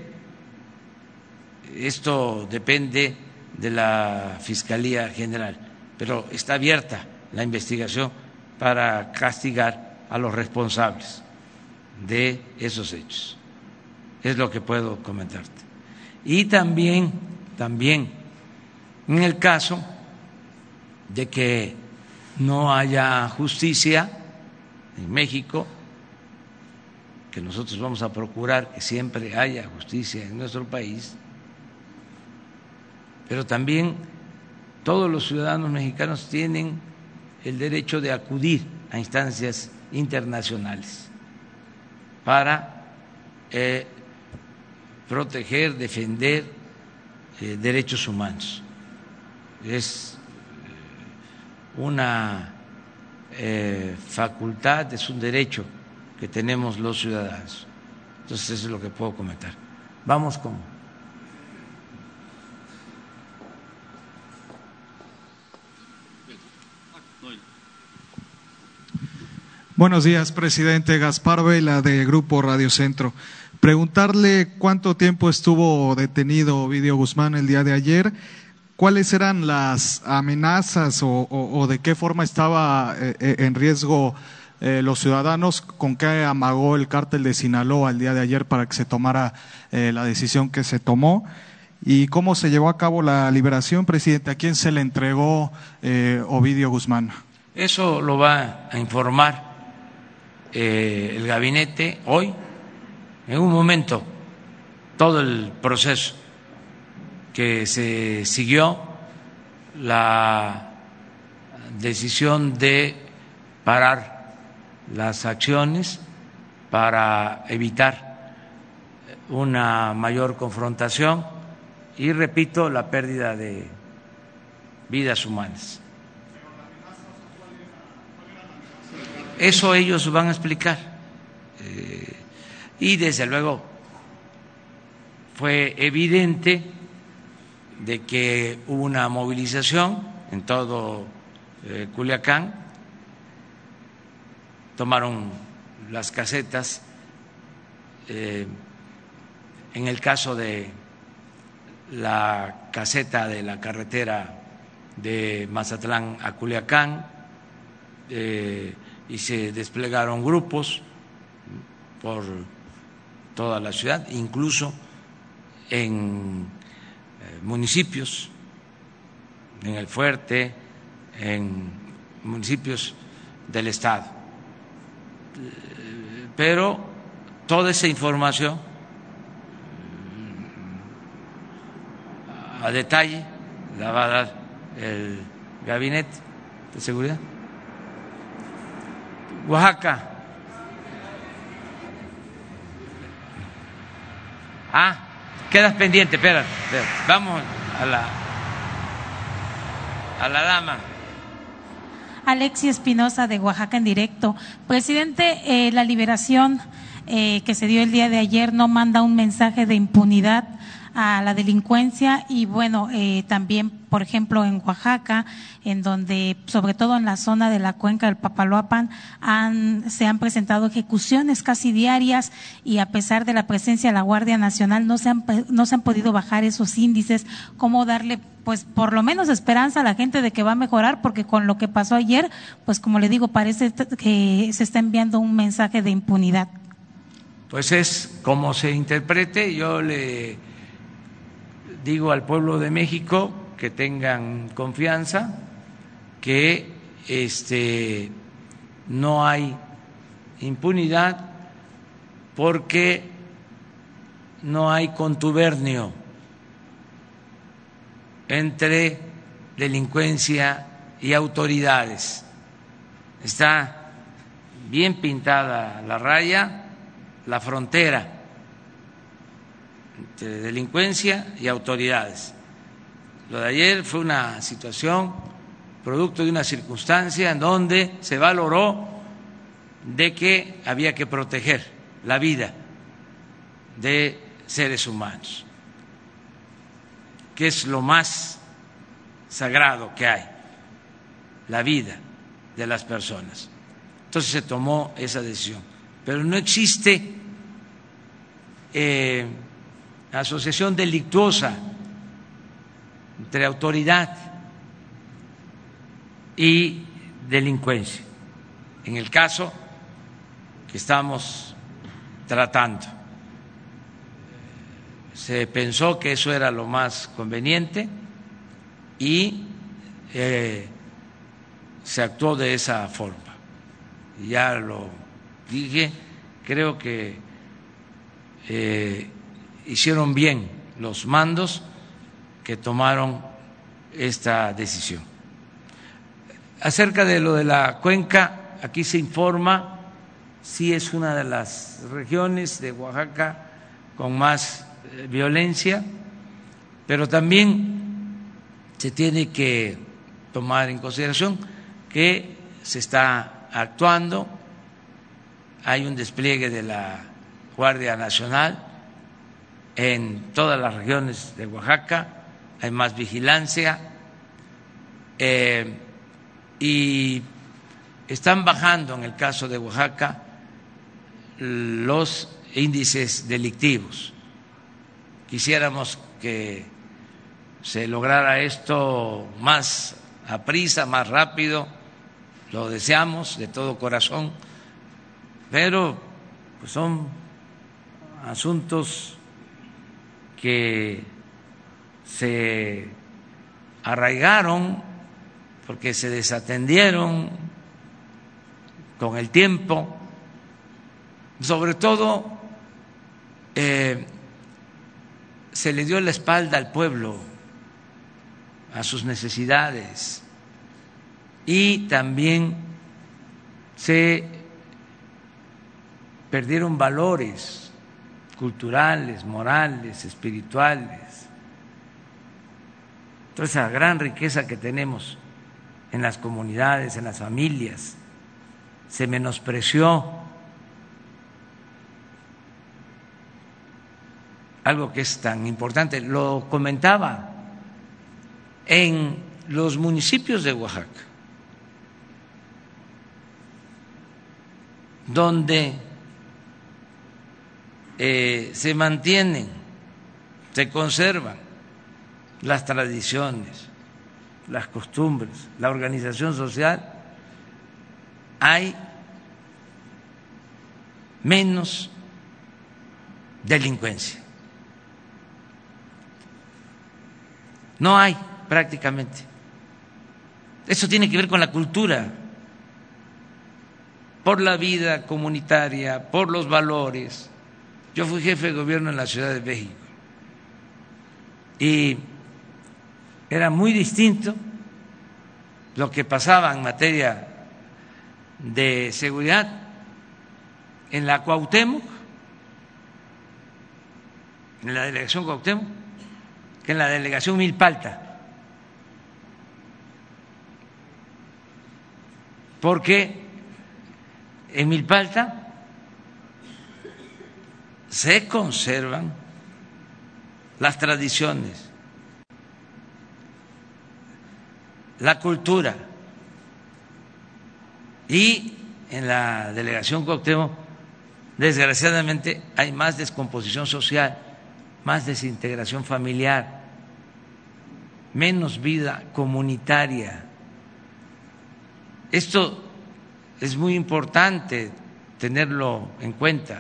Esto depende de la Fiscalía General, pero está abierta la investigación para castigar a los responsables de esos hechos. Es lo que puedo comentarte. Y también en el caso de que no haya justicia en México, que nosotros vamos a procurar que siempre haya justicia en nuestro país, pero también todos los ciudadanos mexicanos tienen el derecho de acudir a instancias internacionales para proteger, defender derechos humanos. Es una facultad, es un derecho que tenemos los ciudadanos. Entonces eso es lo que puedo comentar. Vamos con... Buenos días, presidente. Gaspar Vela, de Grupo Radio Centro. Preguntarle cuánto tiempo estuvo detenido Ovidio Guzmán el día de ayer, cuáles eran las amenazas o de qué forma estaba en riesgo los ciudadanos, con qué amagó el cártel de Sinaloa el día de ayer para que se tomara la decisión que se tomó, y cómo se llevó a cabo la liberación, presidente. ¿A quién se le entregó Ovidio Guzmán? Eso lo va a informar el gabinete hoy, en un momento, todo el proceso que se siguió, la decisión de parar las acciones para evitar una mayor confrontación y, repito, la pérdida de vidas humanas. Eso ellos van a explicar. Y desde luego fue evidente de que hubo una movilización en todo Culiacán, tomaron las casetas. En el caso de la caseta de la carretera de Mazatlán a Culiacán, y se desplegaron grupos por toda la ciudad, incluso en municipios, en El Fuerte, en municipios del estado. Pero toda esa información a detalle la va a dar el Gabinete de Seguridad. Oaxaca. Quedas pendiente, espérate. Vamos a la dama. Alexia Espinosa, de Oaxaca en Directo. Presidente, la liberación que se dio el día de ayer no manda un mensaje de impunidad a la delincuencia y bueno, también por ejemplo en Oaxaca, en donde sobre todo en la zona de la cuenca del Papaloapan se han presentado ejecuciones casi diarias y a pesar de la presencia de la Guardia Nacional no se han podido bajar esos índices. ¿Cómo darle pues por lo menos esperanza a la gente de que va a mejorar? Porque con lo que pasó ayer, pues como le digo, parece que se está enviando un mensaje de impunidad. Pues es como se interprete. Yo le digo al pueblo de México que tengan confianza, que no hay impunidad porque no hay contubernio entre delincuencia y autoridades. Está bien pintada la raya, la frontera entre delincuencia y autoridades. Lo de ayer fue una situación producto de una circunstancia en donde se valoró de que había que proteger la vida de seres humanos, que es lo más sagrado que hay, la vida de las personas. Entonces se tomó esa decisión, pero no existe asociación delictuosa entre autoridad y delincuencia, en el caso que estamos tratando. Se pensó que eso era lo más conveniente y se actuó de esa forma. Ya lo dije, creo que hicieron bien los mandos que tomaron esta decisión. Acerca de lo de la cuenca, aquí se informa, sí es una de las regiones de Oaxaca con más violencia, pero también se tiene que tomar en consideración que se está actuando, hay un despliegue de la Guardia Nacional en todas las regiones de Oaxaca, hay más vigilancia y están bajando en el caso de Oaxaca los índices delictivos. Quisiéramos que se lograra esto más aprisa, más rápido, lo deseamos de todo corazón, pero pues son asuntos que se arraigaron porque se desatendieron con el tiempo, sobre todo se le dio la espalda al pueblo, a sus necesidades, y también se perdieron valores culturales, morales, espirituales. Toda esa gran riqueza que tenemos en las comunidades, en las familias, se menospreció. Algo que es tan importante, lo comentaba, en los municipios de Oaxaca, donde se mantienen, se conservan las tradiciones, las costumbres, la organización social, hay menos delincuencia. No hay prácticamente. Eso tiene que ver con la cultura, por la vida comunitaria, por los valores. Yo fui jefe de gobierno en la Ciudad de México y era muy distinto lo que pasaba en materia de seguridad en la Cuauhtémoc, en la delegación Cuauhtémoc, que en la delegación Milpalta, porque en Milpalta se conservan las tradiciones, la cultura. Y en la delegación Cuauhtémoc, desgraciadamente, hay más descomposición social, más desintegración familiar, menos vida comunitaria. Esto es muy importante tenerlo en cuenta.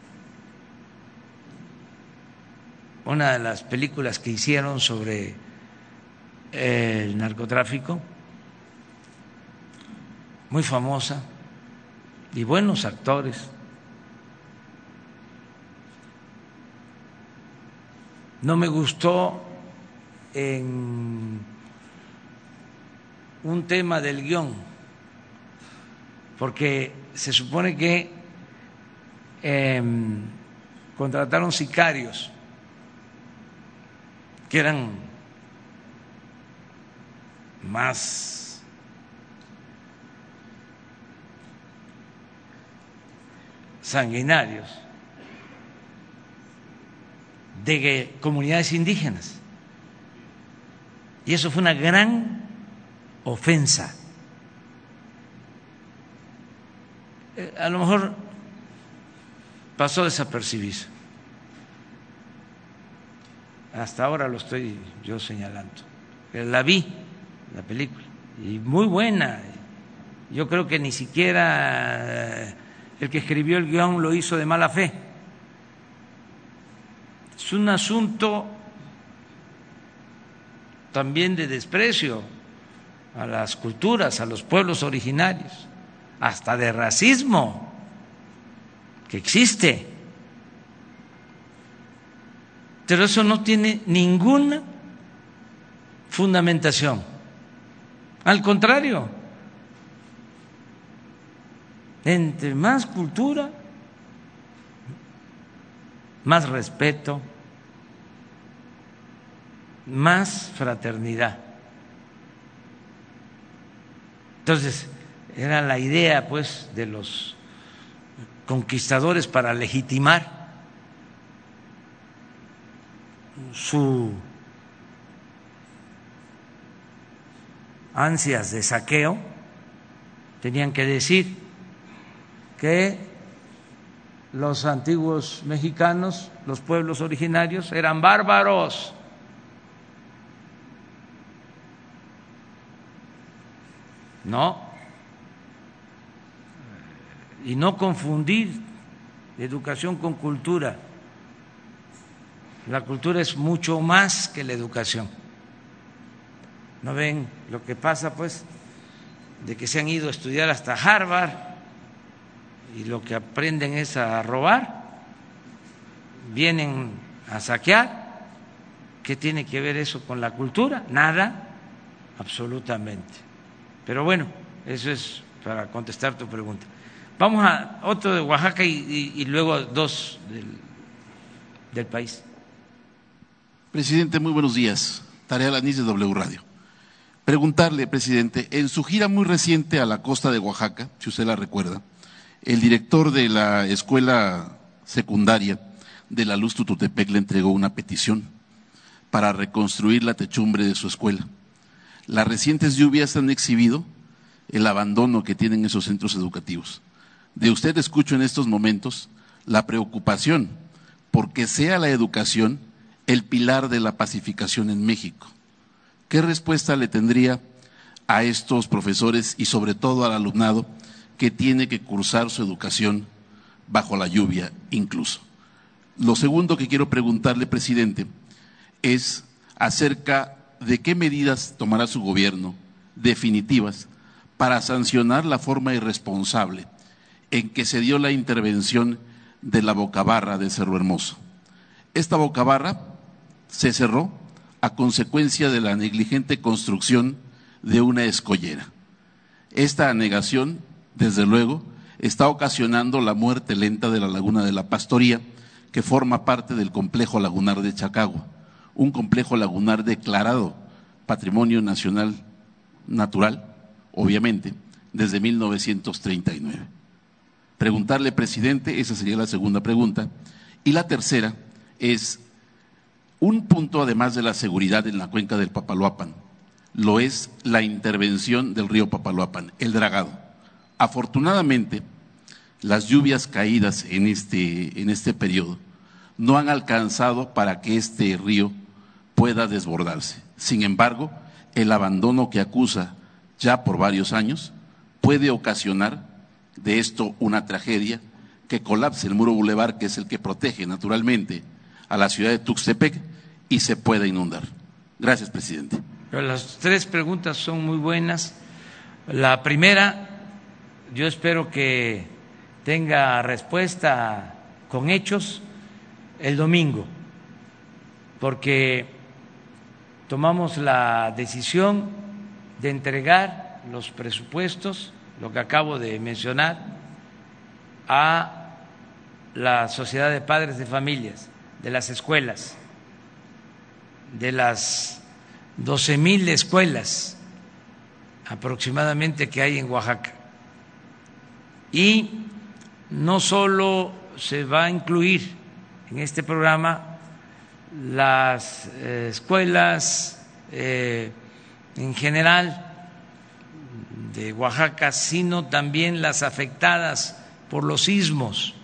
Una de las películas que hicieron sobre el narcotráfico, muy famosa, y buenos actores. No me gustó en un tema del guión, porque se supone que contrataron sicarios que eran más sanguinarios, de comunidades indígenas. Y eso fue una gran ofensa. A lo mejor pasó desapercibido. Hasta ahora lo estoy yo señalando. La vi, la película, y muy buena. Yo creo que ni siquiera el que escribió el guión lo hizo de mala fe. Es un asunto también de desprecio a las culturas, a los pueblos originarios, hasta de racismo que existe. Pero eso no tiene ninguna fundamentación. Al contrario, entre más cultura, más respeto, más fraternidad. Entonces, era la idea, pues, de los conquistadores para legitimar su ansias de saqueo. Tenían que decir que los antiguos mexicanos, los pueblos originarios, eran bárbaros. No, y no confundir educación con cultura. La cultura es mucho más que la educación. ¿No ven lo que pasa, pues, de que se han ido a estudiar hasta Harvard y lo que aprenden es a robar, vienen a saquear? ¿Qué tiene que ver eso con la cultura? Nada, absolutamente. Pero bueno, eso es para contestar tu pregunta. Vamos a otro de Oaxaca y luego dos del país. Presidente, muy buenos días. Tarea Lanís de W Radio. Preguntarle, presidente, en su gira muy reciente a la costa de Oaxaca, si usted la recuerda, el director de la escuela secundaria de La Luz Tututepec le entregó una petición para reconstruir la techumbre de su escuela. Las recientes lluvias han exhibido el abandono que tienen esos centros educativos. De usted escucho en estos momentos la preocupación porque sea la educación el pilar de la pacificación en México. ¿Qué respuesta le tendría a estos profesores y sobre todo al alumnado que tiene que cursar su educación bajo la lluvia incluso? Lo segundo que quiero preguntarle, presidente, es acerca de qué medidas tomará su gobierno definitivas para sancionar la forma irresponsable en que se dio la intervención de la bocabarra de Cerro Hermoso. Esta bocabarra se cerró a consecuencia de la negligente construcción de una escollera. Esta anegación, desde luego, está ocasionando la muerte lenta de la laguna de la Pastoría, que forma parte del complejo lagunar de Chacagua, un complejo lagunar declarado Patrimonio Nacional Natural, obviamente, desde 1939. Preguntarle, presidente, esa sería la segunda pregunta. Y la tercera es Un punto, además de la seguridad en la cuenca del Papaloapan, lo es la intervención del río Papaloapan, el dragado. Afortunadamente, las lluvias caídas en este periodo no han alcanzado para que este río pueda desbordarse. Sin embargo, el abandono que acusa ya por varios años puede ocasionar de esto una tragedia, que colapse el muro bulevar, que es el que protege naturalmente a la ciudad de Tuxtepec, y se pueda inundar. Gracias, presidente. Pero las tres preguntas son muy buenas. La primera, yo espero que tenga respuesta con hechos el domingo, porque tomamos la decisión de entregar los presupuestos, lo que acabo de mencionar, a la Sociedad de Padres de Familias, de las escuelas, de las 12,000 escuelas aproximadamente que hay en Oaxaca. Y no solo se va a incluir en este programa las escuelas en general de Oaxaca, sino también las afectadas por los sismos,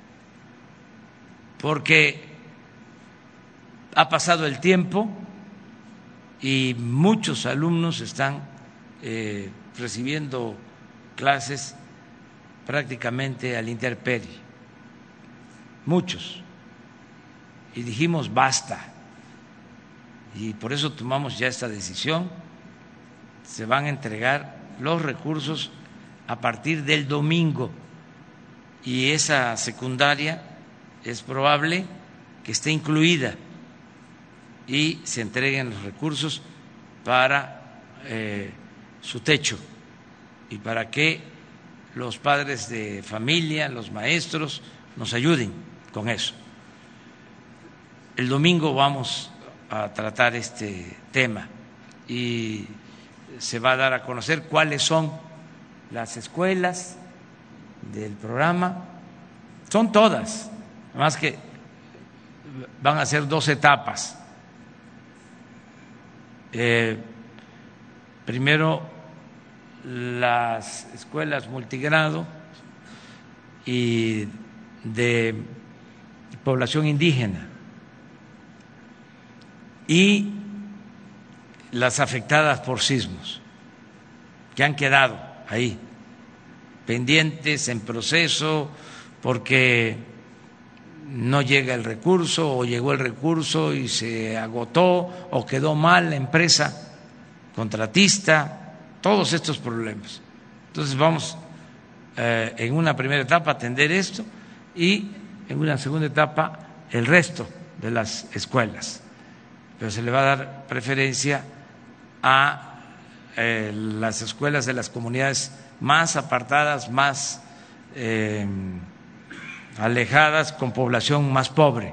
porque ha pasado el tiempo y muchos alumnos están recibiendo clases prácticamente a la intemperie, muchos, y dijimos basta, y por eso tomamos ya esta decisión. Se van a entregar los recursos a partir del domingo, y esa secundaria es probable que esté incluida y se entreguen los recursos para su techo y para que los padres de familia, los maestros nos ayuden con eso. El domingo vamos a tratar este tema y se va a dar a conocer cuáles son las escuelas del programa. Son todas, además que van a ser 2 etapas. Primero las escuelas multigrado y de población indígena y las afectadas por sismos, que han quedado ahí pendientes, en proceso, porque no llega el recurso o llegó el recurso y se agotó o quedó mal la empresa contratista, todos estos problemas. Entonces vamos en una primera etapa a atender esto y en una segunda etapa el resto de las escuelas, pero se le va a dar preferencia a las escuelas de las comunidades más apartadas, más alejadas, con población más pobre,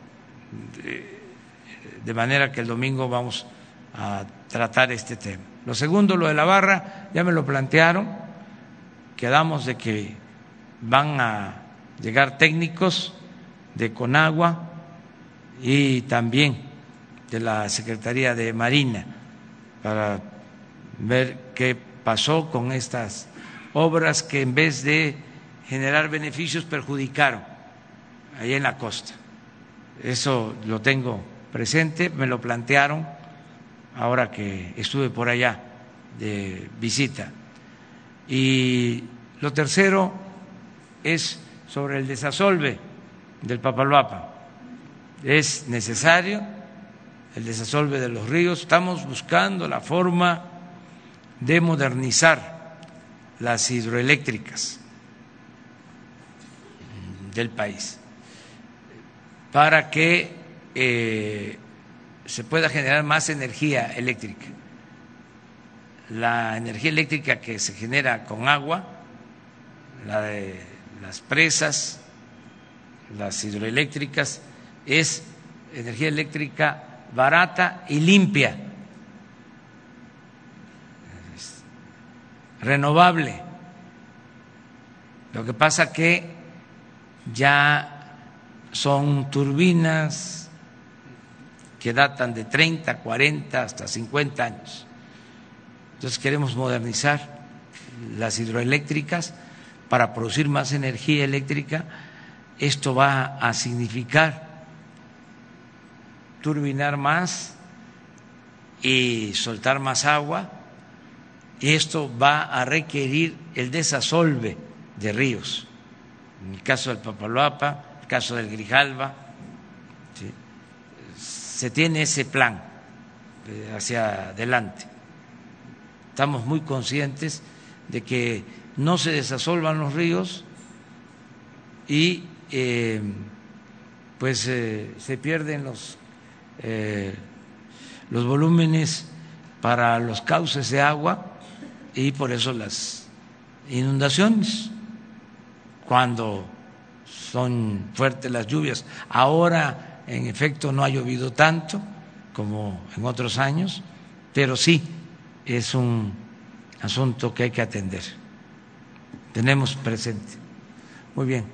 de manera que el domingo vamos a tratar este tema. Lo segundo, lo de la barra, ya me lo plantearon, quedamos de que van a llegar técnicos de Conagua y también de la Secretaría de Marina para ver qué pasó con estas obras que en vez de generar beneficios perjudicaron ahí en la costa. Eso lo tengo presente, me lo plantearon ahora que estuve por allá de visita. Y lo tercero es sobre el desasolve del Papaloapan. Es necesario el desasolve de los ríos. Estamos buscando la forma de modernizar las hidroeléctricas del país para que se pueda generar más energía eléctrica. La energía eléctrica que se genera con agua, la de las presas, las hidroeléctricas, es energía eléctrica barata y limpia, renovable. Lo que pasa que ya son turbinas que datan de 30, 40, hasta 50 años. Entonces queremos modernizar las hidroeléctricas para producir más energía eléctrica. Esto va a significar turbinar más y soltar más agua, y esto va a requerir el desasolve de ríos. En el caso del Papaloapa, el caso del Grijalva, ¿sí? Se tiene ese plan hacia adelante. Estamos muy conscientes de que no se desasolvan los ríos y se pierden los volúmenes para los cauces de agua, y por eso las inundaciones cuando son fuertes las lluvias. Ahora, en efecto, no ha llovido tanto como en otros años, pero sí es un asunto que hay que atender. Tenemos presente. Muy bien.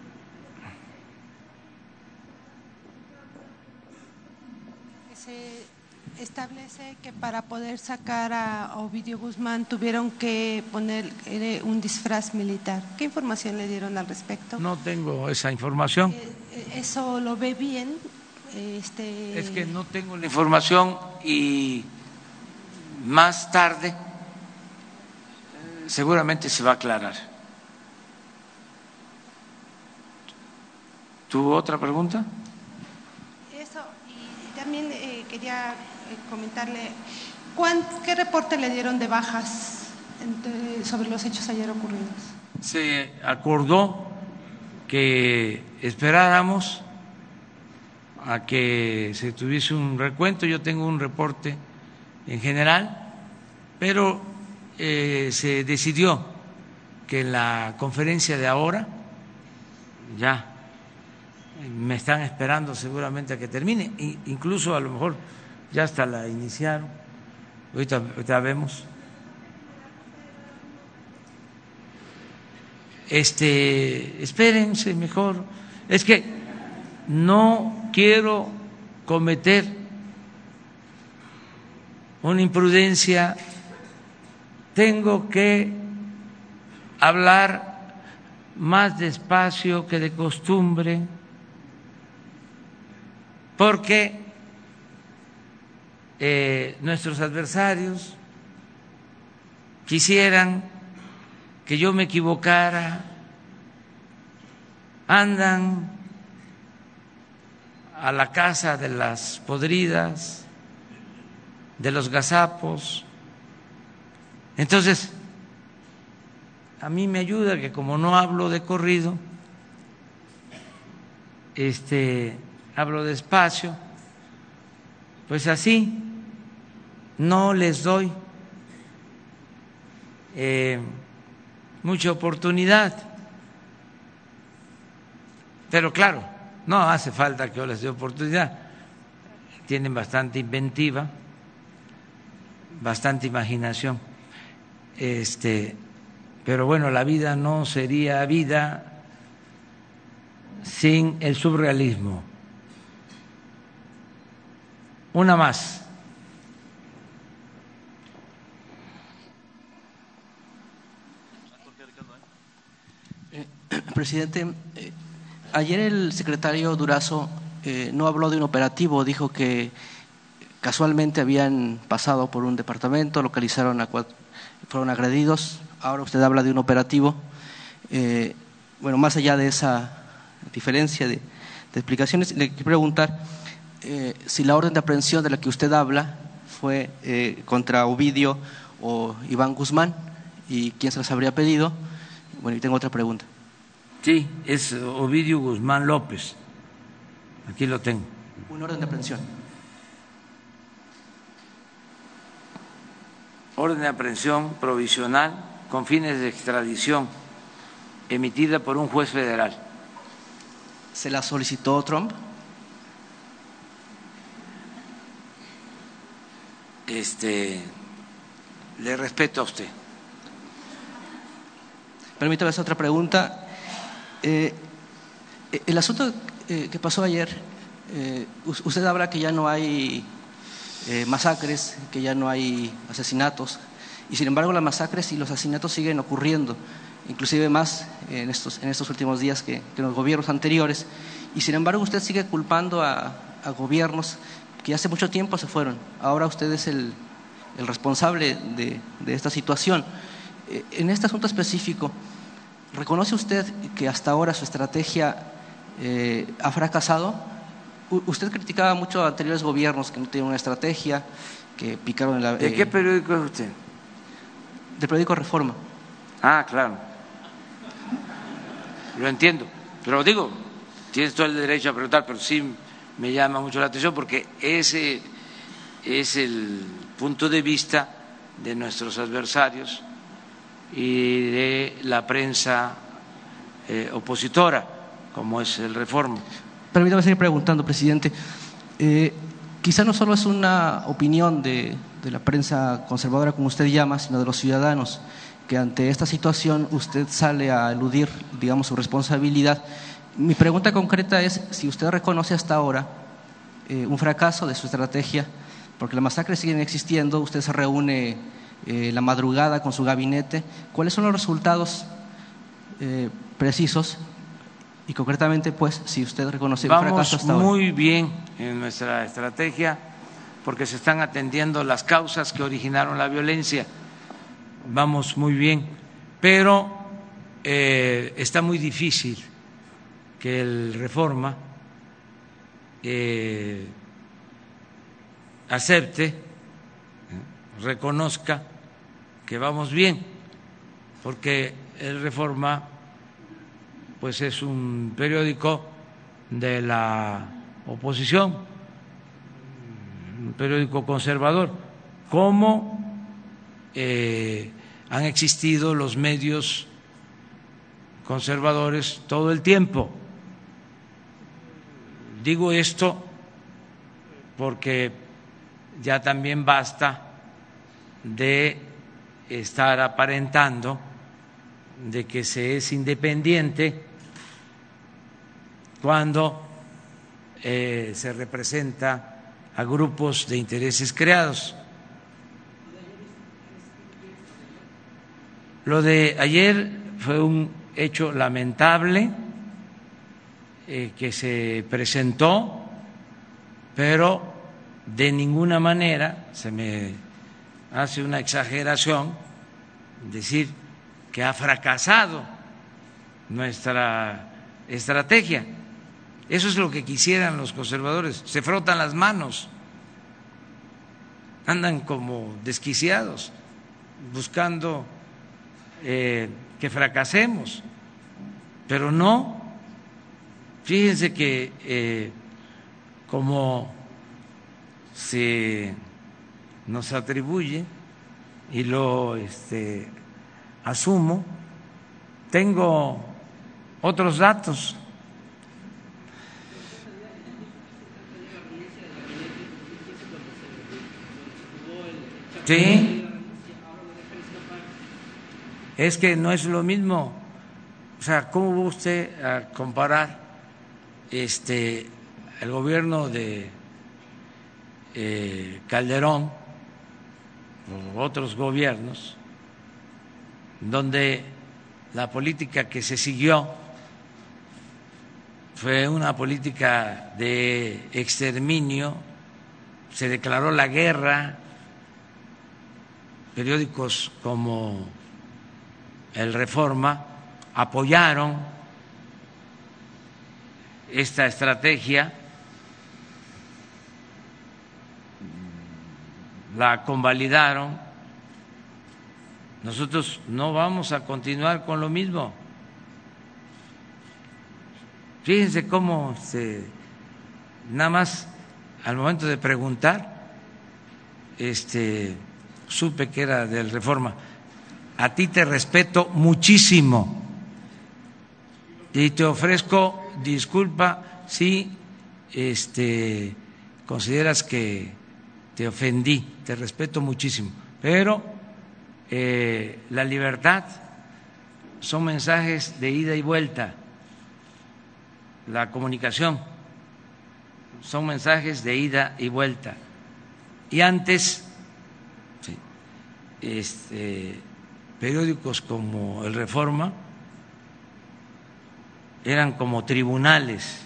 Se establece que para poder sacar a Ovidio Guzmán tuvieron que poner un disfraz militar. ¿Qué información le dieron al respecto? No tengo esa información. ¿Eso lo ve bien? Es que no tengo la información, y más tarde seguramente se va a aclarar. ¿Tu otra pregunta? Eso, y también quería comentarle, ¿qué reporte le dieron de bajas sobre los hechos ayer ocurridos? Se acordó que esperáramos a que se tuviese un recuento. Yo tengo un reporte en general, pero se decidió que en la conferencia de ahora, ya me están esperando seguramente a que termine, incluso a lo mejor ya hasta la iniciaron, ahorita vemos. Espérense mejor, es que no quiero cometer una imprudencia, tengo que hablar más despacio que de costumbre, porque nuestros adversarios quisieran que yo me equivocara, andan a la casa de las podridas, de los gazapos. Entonces, a mí me ayuda que como no hablo de corrido, hablo despacio, pues así no les doy mucha oportunidad. Pero claro, no hace falta que yo les dé oportunidad, tienen bastante inventiva, bastante imaginación, pero bueno, la vida no sería vida sin el surrealismo. Una más. Presidente, ayer el secretario Durazo no habló de un operativo, dijo que casualmente habían pasado por un departamento, localizaron fueron agredidos. Ahora usted habla de un operativo. Bueno, más allá de esa diferencia de explicaciones, le quiero preguntar si la orden de aprehensión de la que usted habla fue contra Ovidio o Iván Guzmán, y quién se las habría pedido. Bueno, y tengo otra pregunta. Sí, es Ovidio Guzmán López. Aquí lo tengo. Una orden de aprehensión. Orden de aprehensión provisional con fines de extradición emitida por un juez federal. ¿Se la solicitó Trump? Le respeto a usted. Permítame hacer otra pregunta. El asunto que pasó ayer usted habla que ya no hay masacres, que ya no hay asesinatos, y sin embargo las masacres y los asesinatos siguen ocurriendo, inclusive más en estos últimos días que en los gobiernos anteriores, y sin embargo usted sigue culpando a gobiernos que hace mucho tiempo se fueron. Ahora usted es el responsable de esta situación. En este asunto específico, ¿reconoce usted que hasta ahora su estrategia ha fracasado? Usted criticaba mucho a anteriores gobiernos que no tenían una estrategia, que picaron en la… ¿De qué periódico es usted? Del periódico Reforma. Ah, claro. Lo entiendo. Pero digo, tienes todo el derecho a preguntar, pero sí me llama mucho la atención porque ese es el punto de vista de nuestros adversarios y de la prensa opositora, como es el Reforma. Permítame seguir preguntando, presidente. Quizá no solo es una opinión de la prensa conservadora, como usted llama, sino de los ciudadanos, que ante esta situación usted sale a eludir, digamos, su responsabilidad. Mi pregunta concreta es si usted reconoce hasta ahora un fracaso de su estrategia, porque las masacres siguen existiendo, usted se reúne la madrugada con su gabinete. ¿Cuáles son los resultados precisos? Y concretamente, pues, si usted reconoce un fracaso hasta ahora. Vamos muy bien en nuestra estrategia porque se están atendiendo las causas que originaron la violencia. Vamos muy bien, pero está muy difícil que el Reforma acepte, reconozca que vamos bien, porque el Reforma pues es un periódico de la oposición, un periódico conservador, como han existido los medios conservadores todo el tiempo. Digo esto porque ya también basta de estar aparentando de que se es independiente cuando se representa a grupos de intereses creados. Lo de ayer fue un hecho lamentable que se presentó, pero de ninguna manera se me hace una exageración decir que ha fracasado nuestra estrategia. Eso es lo que quisieran los conservadores, se frotan las manos, andan como desquiciados, buscando que fracasemos, pero no. Fíjense que como se nos atribuye y lo asumo, tengo otros datos. Sí, es que no es lo mismo. O sea, ¿cómo va usted a comparar el gobierno de Calderón o otros gobiernos donde la política que se siguió fue una política de exterminio, se declaró la guerra, periódicos como el Reforma apoyaron esta estrategia, la convalidaron. Nosotros no vamos a continuar con lo mismo. Fíjense cómo nada más al momento de preguntar supe que era del Reforma. A ti te respeto muchísimo y te ofrezco disculpa si consideras que te ofendí. Te respeto muchísimo, pero la libertad son mensajes de ida y vuelta, la comunicación son mensajes de ida y vuelta. Y antes, periódicos como El Reforma eran como tribunales,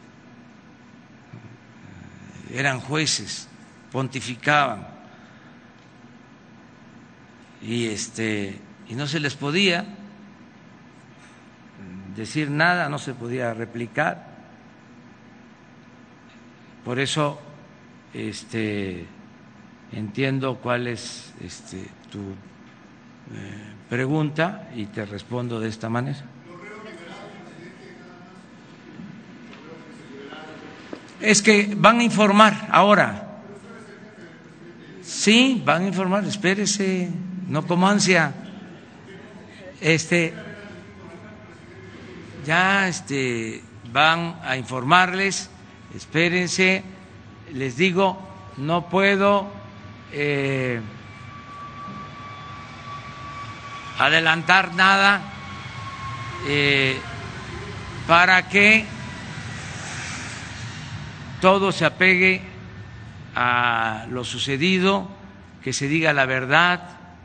eran jueces, pontificaban y no se les podía decir nada, no se podía replicar. Por eso entiendo cuál es tu pregunta y te respondo de esta manera. Es que van a informar ahora. Sí, van a informar, espérese, no como ansia. Ya van a informarles, espérense, les digo, no puedo adelantar nada para que todo se apegue a lo sucedido, que se diga la verdad.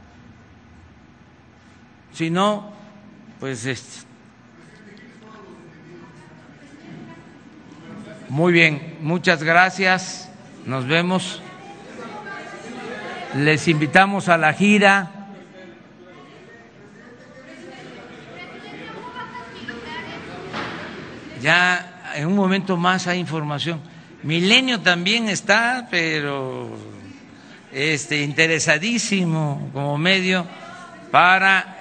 Si no, pues muy bien, muchas gracias, nos vemos. Les invitamos a la gira. Ya en un momento más hay información. Milenio también está, pero interesadísimo como medio para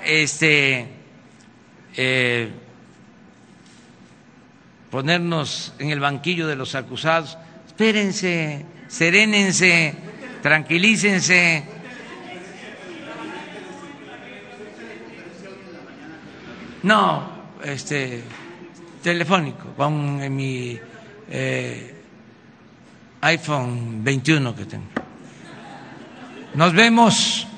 ponernos en el banquillo de los acusados. Espérense, serénense, tranquilícense. No, telefónico, con mi iPhone 21 que tengo. Nos vemos.